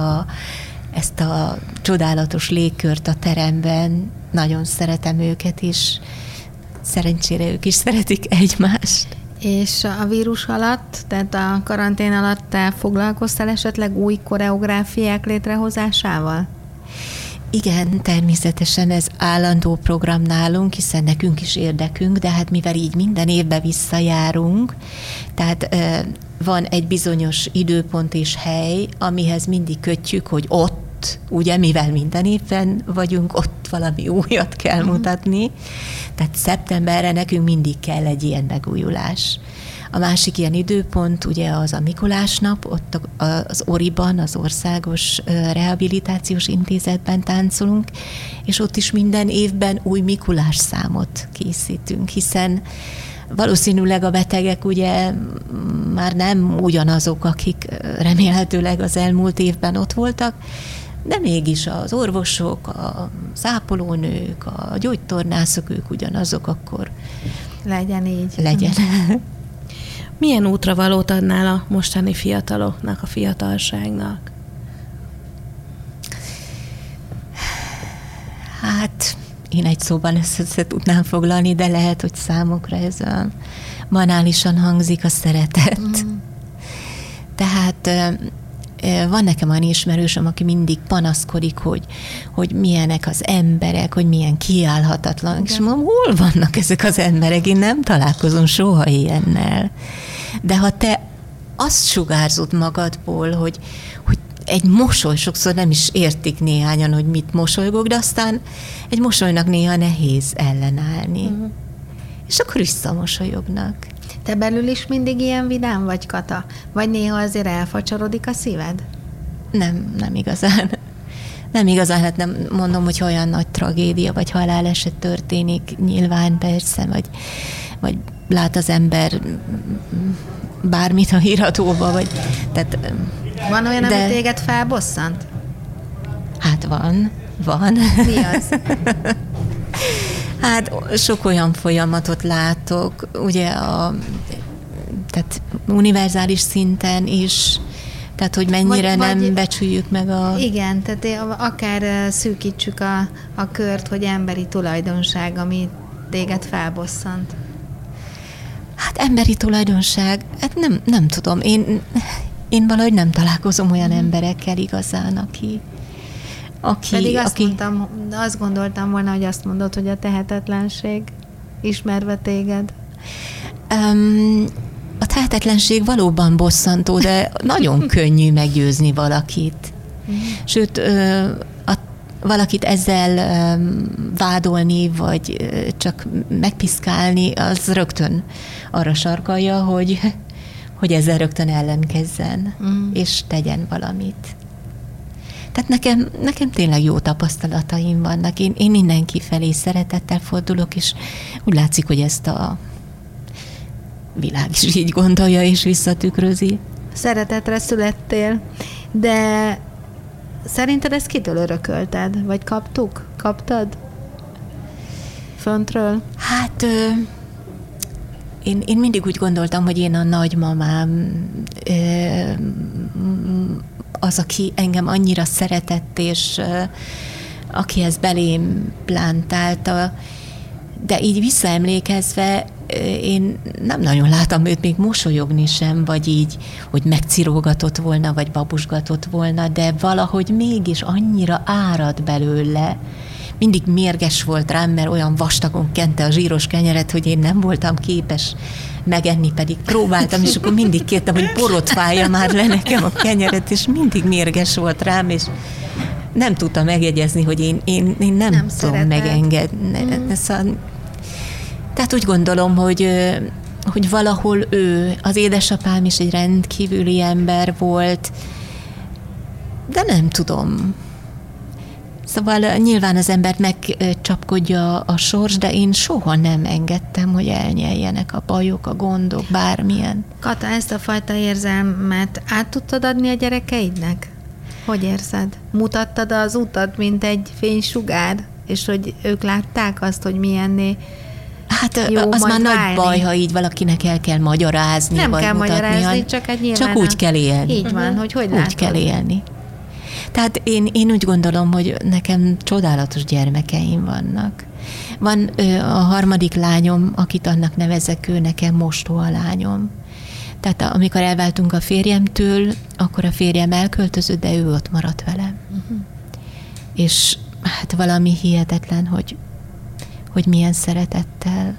ezt a csodálatos légkört a teremben, nagyon szeretem őket is, szerencsére ők is szeretik egymást. És a vírus alatt, tehát a karantén alatt te foglalkoztál esetleg új koreográfiák létrehozásával? Igen, természetesen ez állandó program nálunk, hiszen nekünk is érdekünk, de hát mivel így minden évben visszajárunk, tehát van egy bizonyos időpont és hely, amihez mindig kötjük, hogy ott, ugye, mivel minden évben vagyunk, ott valami újat kell mutatni. Tehát szeptemberre nekünk mindig kell egy ilyen megújulás. A másik ilyen időpont ugye az a Mikulás nap, ott az Oriban, az Országos Rehabilitációs Intézetben táncolunk, és ott is minden évben új Mikulás számot készítünk, hiszen Valószínűleg a betegek ugye már nem ugyanazok, akik remélhetőleg az elmúlt évben ott voltak, de mégis az orvosok, a ápolónők, a gyógytornászok, ők ugyanazok, akkor Legyen így. legyen. Milyen útravalót adnál a mostani fiataloknak, a fiatalságnak? Hát én egy szóban össze tudnám foglalni, de lehet, hogy számokra ez banálisan hangzik, a szeretet. Tehát van nekem olyan ismerősöm, aki mindig panaszkodik, hogy milyenek az emberek, hogy milyen kiállhatatlan. És mondom, hol vannak ezek az emberek? Én nem találkozom soha ilyennel. De ha te azt sugárzod magadból, hogy egy mosoly, sokszor nem is értik néhányan, hogy mit mosolygok, de aztán egy mosolynak néha nehéz ellenállni. És akkor visszamosolyognak. Te belül is mindig ilyen vidám vagy, Kata? Vagy néha azért elfacsarodik a szíved? Nem igazán. Nem igazán, hát nem mondom, hogy olyan nagy tragédia, vagy haláleset történik, nyilván persze, vagy lát az ember bármit a híradóba, vagy... Tehát, van olyan, ami téged felbosszant? Hát van. Mi az? Hát sok olyan folyamatot látok, ugye tehát univerzális szinten is, tehát hogy mennyire nem becsüljük meg a... Igen, tehát akár szűkítsük a kört, hogy emberi tulajdonság, ami téged felbosszant. Hát emberi tulajdonság, hát nem tudom, én valahogy nem találkozom olyan emberekkel igazán, aki pedig azt gondoltam volna, hogy azt mondod, hogy a tehetetlenség, ismerve téged. A tehetetlenség valóban bosszantó, de nagyon könnyű meggyőzni valakit. Sőt, valakit ezzel vádolni, vagy csak megpiszkálni, az rögtön arra sarkalja, hogy ezzel rögtön ellenkezzen, és tegyen valamit. Tehát nekem tényleg jó tapasztalataim vannak. Én mindenki felé szeretettel fordulok, és úgy látszik, hogy ezt a világ is így gondolja, és visszatükrözi. Szeretetre születtél, de szerinted ezt kitől örökölted? Vagy kaptad? Föntről? Hát én mindig úgy gondoltam, hogy én a nagymamám az, aki engem annyira szeretett, és aki ezt belém plántálta, de így visszaemlékezve én nem nagyon láttam őt még mosolyogni sem, vagy így, hogy megcirógatott volna, vagy babusgatott volna, de valahogy mégis annyira árad belőle. Mindig mérges volt rám, mert olyan vastagon kente a zsíros kenyeret, hogy én nem voltam képes megenni, pedig próbáltam, és akkor mindig kértem, hogy borotfálja már le nekem a kenyeret, és mindig mérges volt rám, és nem tudta megjegyezni, hogy én nem tudom megengedni. Tehát úgy gondolom, hogy valahol az édesapám is egy rendkívüli ember volt, de nem tudom. Szóval nyilván az embert megcsapkodja a sors, de én soha nem engedtem, hogy elnyeljenek a bajok, a gondok, bármilyen. Kata, ezt a fajta érzelmet át tudtad adni a gyerekeidnek? Hogy érzed? Mutattad az utat, mint egy fénysugár, és hogy ők látták azt, hogy milyenné Hát jó az már válni. nagy baj, ha így valakinek el kell magyarázni, nem vagy kell mutatni, magyarázni, csak egy nyilván... Csak úgy kell élni. Így van, hogy Úgy látod. kell élni. Tehát én úgy gondolom, hogy nekem csodálatos gyermekeim vannak. Van a harmadik lányom, akit annak nevezek, ő nekem mostoha lányom. Tehát amikor elváltunk a férjemtől, akkor a férjem elköltözött, de ő ott maradt velem. És hát valami hihetetlen, hogy milyen szeretettel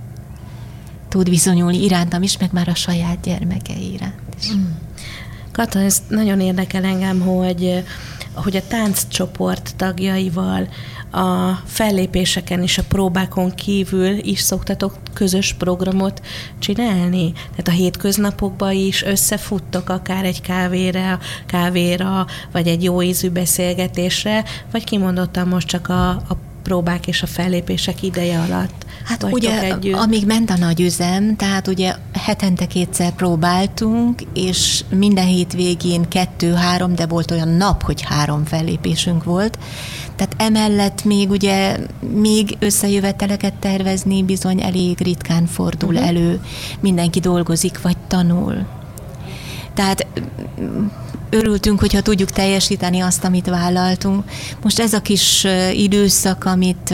tud viszonyulni irántam is, meg már a saját gyermekei iránt is. Kata, ez nagyon érdekel engem, hogy a tánccsoport tagjaival a fellépéseken és a próbákon kívül is szoktatok közös programot csinálni? Tehát a hétköznapokban is összefuttok akár egy kávéra, vagy egy jó ízű beszélgetésre, vagy kimondottan most csak a próbák és a fellépések ideje alatt Hát vagytok ugye, együtt? amíg ment a nagy üzem, tehát ugye hetente 2-szer próbáltunk, és minden hétvégén 2-3, de volt olyan nap, hogy 3 fellépésünk volt. Tehát emellett még összejöveteleket tervezni bizony elég ritkán fordul elő. Mindenki dolgozik vagy tanul. Tehát örültünk, hogyha tudjuk teljesíteni azt, amit vállaltunk. Most ez a kis időszak, amit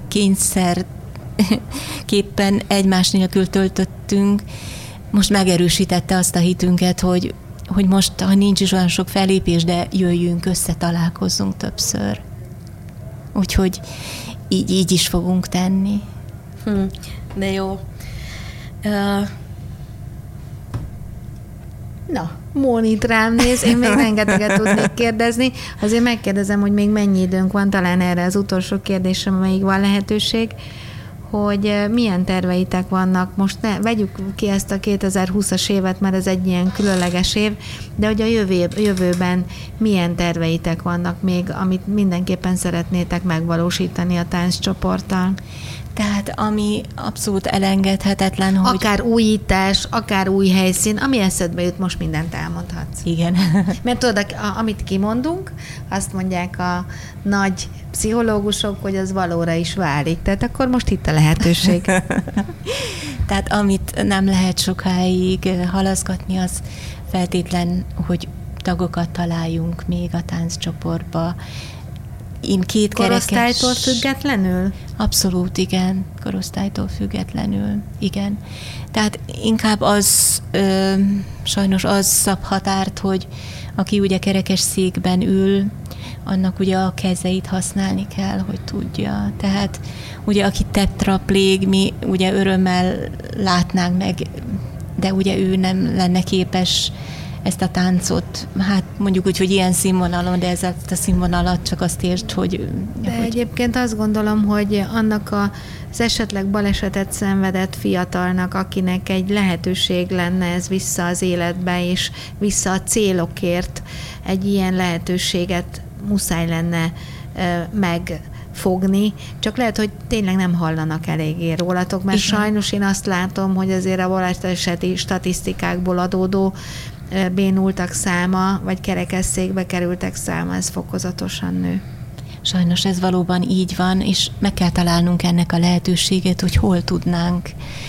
kényszerképpen egymás nélkül töltöttünk, most megerősítette azt a hitünket, hogy most, ha nincs is olyan sok fellépés, de jöjjünk össze, találkozzunk többször. Úgyhogy így is fogunk tenni. De jó. Na, Mónit rám néz, én még rengeteget tudnék kérdezni. Azért megkérdezem, hogy még mennyi időnk van, talán erre az utolsó kérdésre, amelyik van lehetőség, hogy milyen terveitek vannak. Most vegyük ki ezt a 2020-as évet, mert ez egy ilyen különleges év, de hogy a jövőben milyen terveitek vannak még, amit mindenképpen szeretnétek megvalósítani a tánccsoporttal? Tehát ami abszolút elengedhetetlen, hogy... Akár újítás, akár új helyszín, ami eszedbe jut, most mindent elmondhatsz. Igen. Mert tudod, amit kimondunk, azt mondják a nagy pszichológusok, hogy az valóra is válik. Tehát akkor most itt a lehetőség. Tehát amit nem lehet sokáig halaszgatni, az feltétlen, hogy tagokat találjunk még a tánccsoportba. Korosztálytól függetlenül? Abszolút, igen. Korosztálytól függetlenül, igen. Tehát inkább az, sajnos az szab határt, hogy aki ugye kerekesszékben ül, annak ugye a kezeit használni kell, hogy tudja. Tehát ugye aki tetraplég, mi ugye örömmel látnánk meg, de ugye ő nem lenne képes ezt a táncot, hát mondjuk úgy, hogy ilyen színvonalon, de ez a színvonalat csak azt értsd, hogy... De egyébként azt gondolom, hogy annak az esetleg balesetet szenvedett fiatalnak, akinek egy lehetőség lenne ez vissza az életbe, és vissza a célokért, egy ilyen lehetőséget muszáj lenne megfogni, csak lehet, hogy tényleg nem hallanak eléggé rólatok, mert igen. Sajnos én azt látom, hogy azért a baleseti statisztikákból adódó bénultak száma, vagy kerekesszékbe kerültek száma, ez fokozatosan nő. Sajnos ez valóban így van, és meg kell találnunk ennek a lehetőséget, hogy hol tudnánk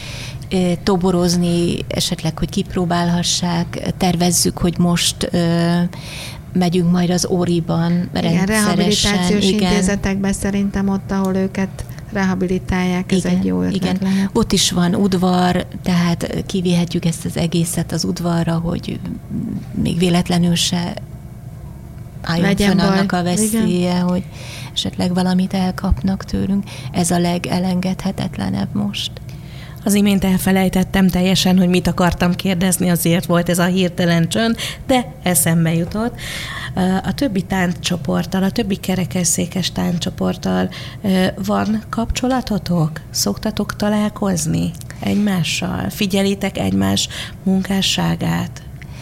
toborozni, esetleg, hogy kipróbálhassák. Tervezzük, hogy most megyünk majd az Óriban rendszeresen. Rehabilitációs intézetekben szerintem ott, ahol őket rehabilitálják, ez egy jó ötlet lehet. Ott is van udvar, tehát kivihetjük ezt az egészet az udvarra, hogy még véletlenül se álljon fönn annak a veszélye, hogy esetleg valamit elkapnak tőlünk. Ez a legelengedhetetlenebb most. Az imént elfelejtettem teljesen, hogy mit akartam kérdezni, azért volt ez a hirtelen csönd, de eszembe jutott. A többi tánccsoporttal, a többi kerekesszékes tánccsoporttal van kapcsolatotok? Szoktatok találkozni egymással? Figyelitek egymás munkásságát?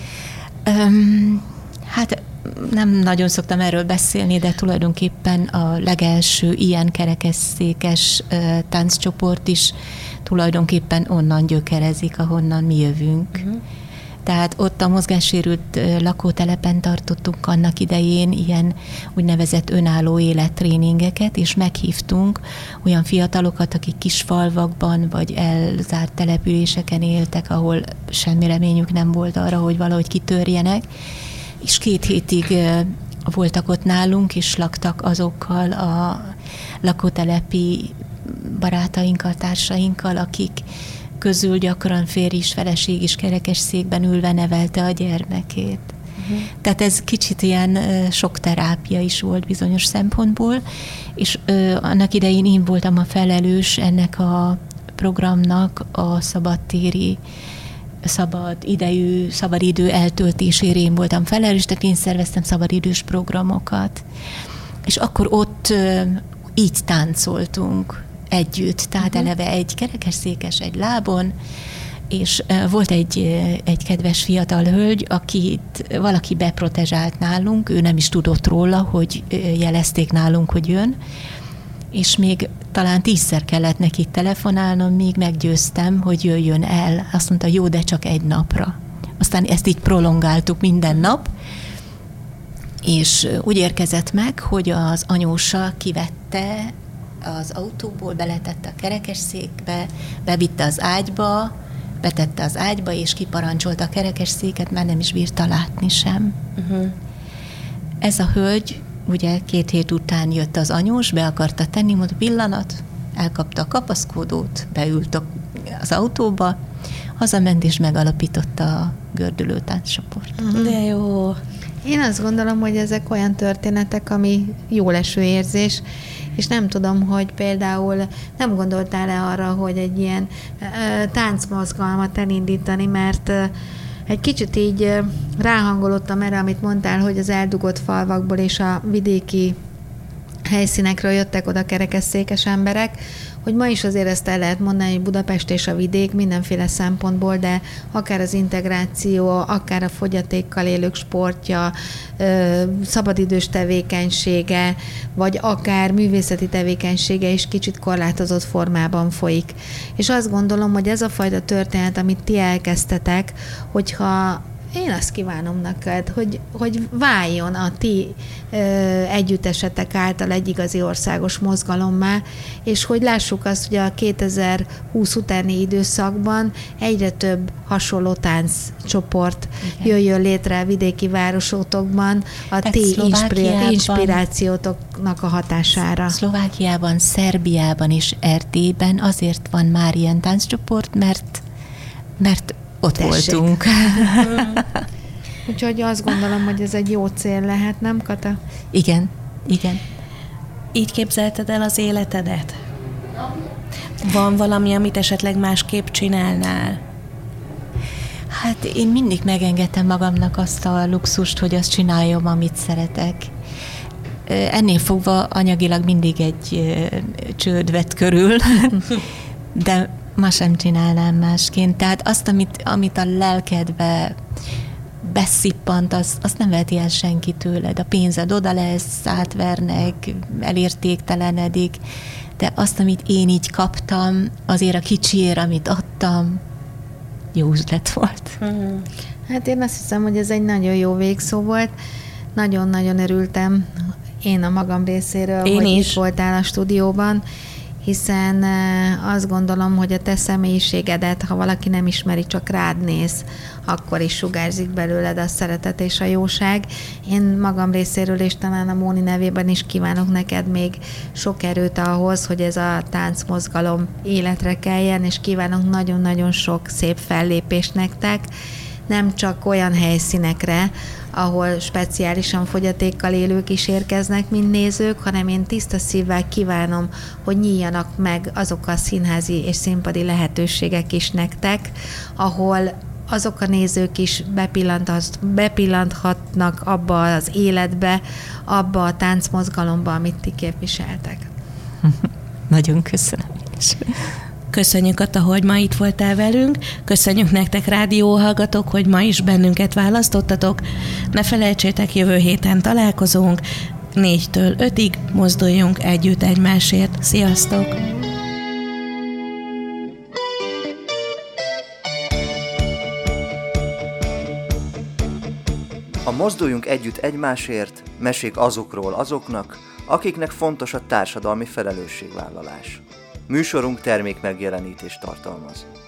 Hát nem nagyon szoktam erről beszélni, de tulajdonképpen a legelső ilyen kerekesszékes tánccsoport is tulajdonképpen onnan gyökerezik, ahonnan mi jövünk. Uh-huh. Tehát ott a mozgássérült lakótelepen tartottunk annak idején ilyen úgynevezett önálló élettréningeket, és meghívtunk olyan fiatalokat, akik kis falvakban vagy elzárt településeken éltek, ahol semmi reményük nem volt arra, hogy valahogy kitörjenek, és 2 hétig voltak ott nálunk, és laktak azokkal a lakótelepi barátainkkal, társainkkal, akik közül gyakran férj is, feleség is kerekesszékben ülve nevelte a gyermekét. Uh-huh. Tehát ez kicsit ilyen sok terápia is volt bizonyos szempontból, és annak idején én voltam a felelős ennek a programnak a szabadtéri, szabadidő eltöltésére én voltam felelős, tehát én szerveztem szabadidős programokat. És akkor ott így táncoltunk együtt, tehát eleve egy kerekesszékes egy lábon, és volt egy kedves fiatal hölgy, akit valaki beprotezsált nálunk, ő nem is tudott róla, hogy jelezték nálunk, hogy jön, és még talán 10-szer kellett neki telefonálnom, míg meggyőztem, hogy jöjjön el. Azt mondta, jó, de csak egy napra. Aztán ezt így prolongáltuk minden nap, és úgy érkezett meg, hogy az anyósa kivette az autóból, beletette a kerekesszékbe, bevitte az ágyba, betette az ágyba, és kiparancsolta a kerekesszéket, mert nem is bírta látni sem. Ez a hölgy, ugye 2 hét után jött az anyós, be akarta tenni, mondta, pillanat, elkapta a kapaszkodót, beült az autóba, hazament és megalapította a gördülő tánccsoport. De jó. Én azt gondolom, hogy ezek olyan történetek, ami jóleső érzés, és nem tudom, hogy például nem gondoltál-e arra, hogy egy ilyen táncmozgalmat elindítani, mert egy kicsit így ráhangolottam erre, amit mondtál, hogy az eldugott falvakból és a vidéki helyszínekről jöttek oda kerekesszékes emberek, hogy ma is azért ezt el lehet mondani, hogy Budapest és a vidék mindenféle szempontból, de akár az integráció, akár a fogyatékkal élők sportja, szabadidős tevékenysége, vagy akár művészeti tevékenysége is kicsit korlátozott formában folyik. És azt gondolom, hogy ez a fajta történet, amit ti elkezdtetek, hogyha én azt kívánom neked, hogy váljon a ti együttesetek által egy igazi országos mozgalommá, és hogy lássuk azt, hogy a 2020 utáni időszakban egyre több hasonló tánccsoport jöjjön létre a vidéki városotokban a ti inspirációtoknak a hatására. Szlovákiában, Szerbiában és Erdélyben azért van már ilyen tánccsoport, mert ott voltunk. Úgyhogy azt gondolom, hogy ez egy jó cél lehet, nem, Kata? Igen. Így képzelted el az életedet? Van valami, amit esetleg másképp csinálnál? Hát én mindig megengedtem magamnak azt a luxust, hogy azt csináljam, amit szeretek. Ennél fogva anyagilag mindig egy csőd vett körül, de ma sem csinálnám másként. Tehát azt, amit a lelkedbe beszippant, azt nem veheti el senki tőled. A pénzed oda lesz, átvernek, elértéktelenedik, de azt, amit én így kaptam, azért a kicsiért, amit adtam, jó üzlet volt. Hát én azt hiszem, hogy ez egy nagyon jó végszó volt. Nagyon-nagyon örültem én a magam részéről, hogy itt voltál a stúdióban, hiszen azt gondolom, hogy a te személyiségedet, ha valaki nem ismeri, csak rád néz, akkor is sugárzik belőled a szeretet és a jóság. Én magam részéről és talán a Móni nevében is kívánok neked még sok erőt ahhoz, hogy ez a táncmozgalom életre keljen, és kívánok nagyon-nagyon sok szép fellépést nektek, nem csak olyan helyszínekre, ahol speciálisan fogyatékkal élők is érkeznek, mint nézők, hanem én tiszta szívvel kívánom, hogy nyíljanak meg azok a színházi és színpadi lehetőségek is nektek, ahol azok a nézők is bepillanthatnak abba az életbe, abba a táncmozgalomba, amit ti képviseltek. Nagyon köszönöm is. Köszönjük, Kata, hogy ma itt voltál velünk. Köszönjük nektek, rádióhallgatók, hogy ma is bennünket választottatok. Ne felejtsétek, jövő héten találkozunk. 4-től 5-ig mozduljunk együtt egymásért. Sziasztok! A Mozduljunk együtt egymásért mesék azokról azoknak, akiknek fontos a társadalmi felelősségvállalás. Műsorunk termék megjelenítést tartalmaz.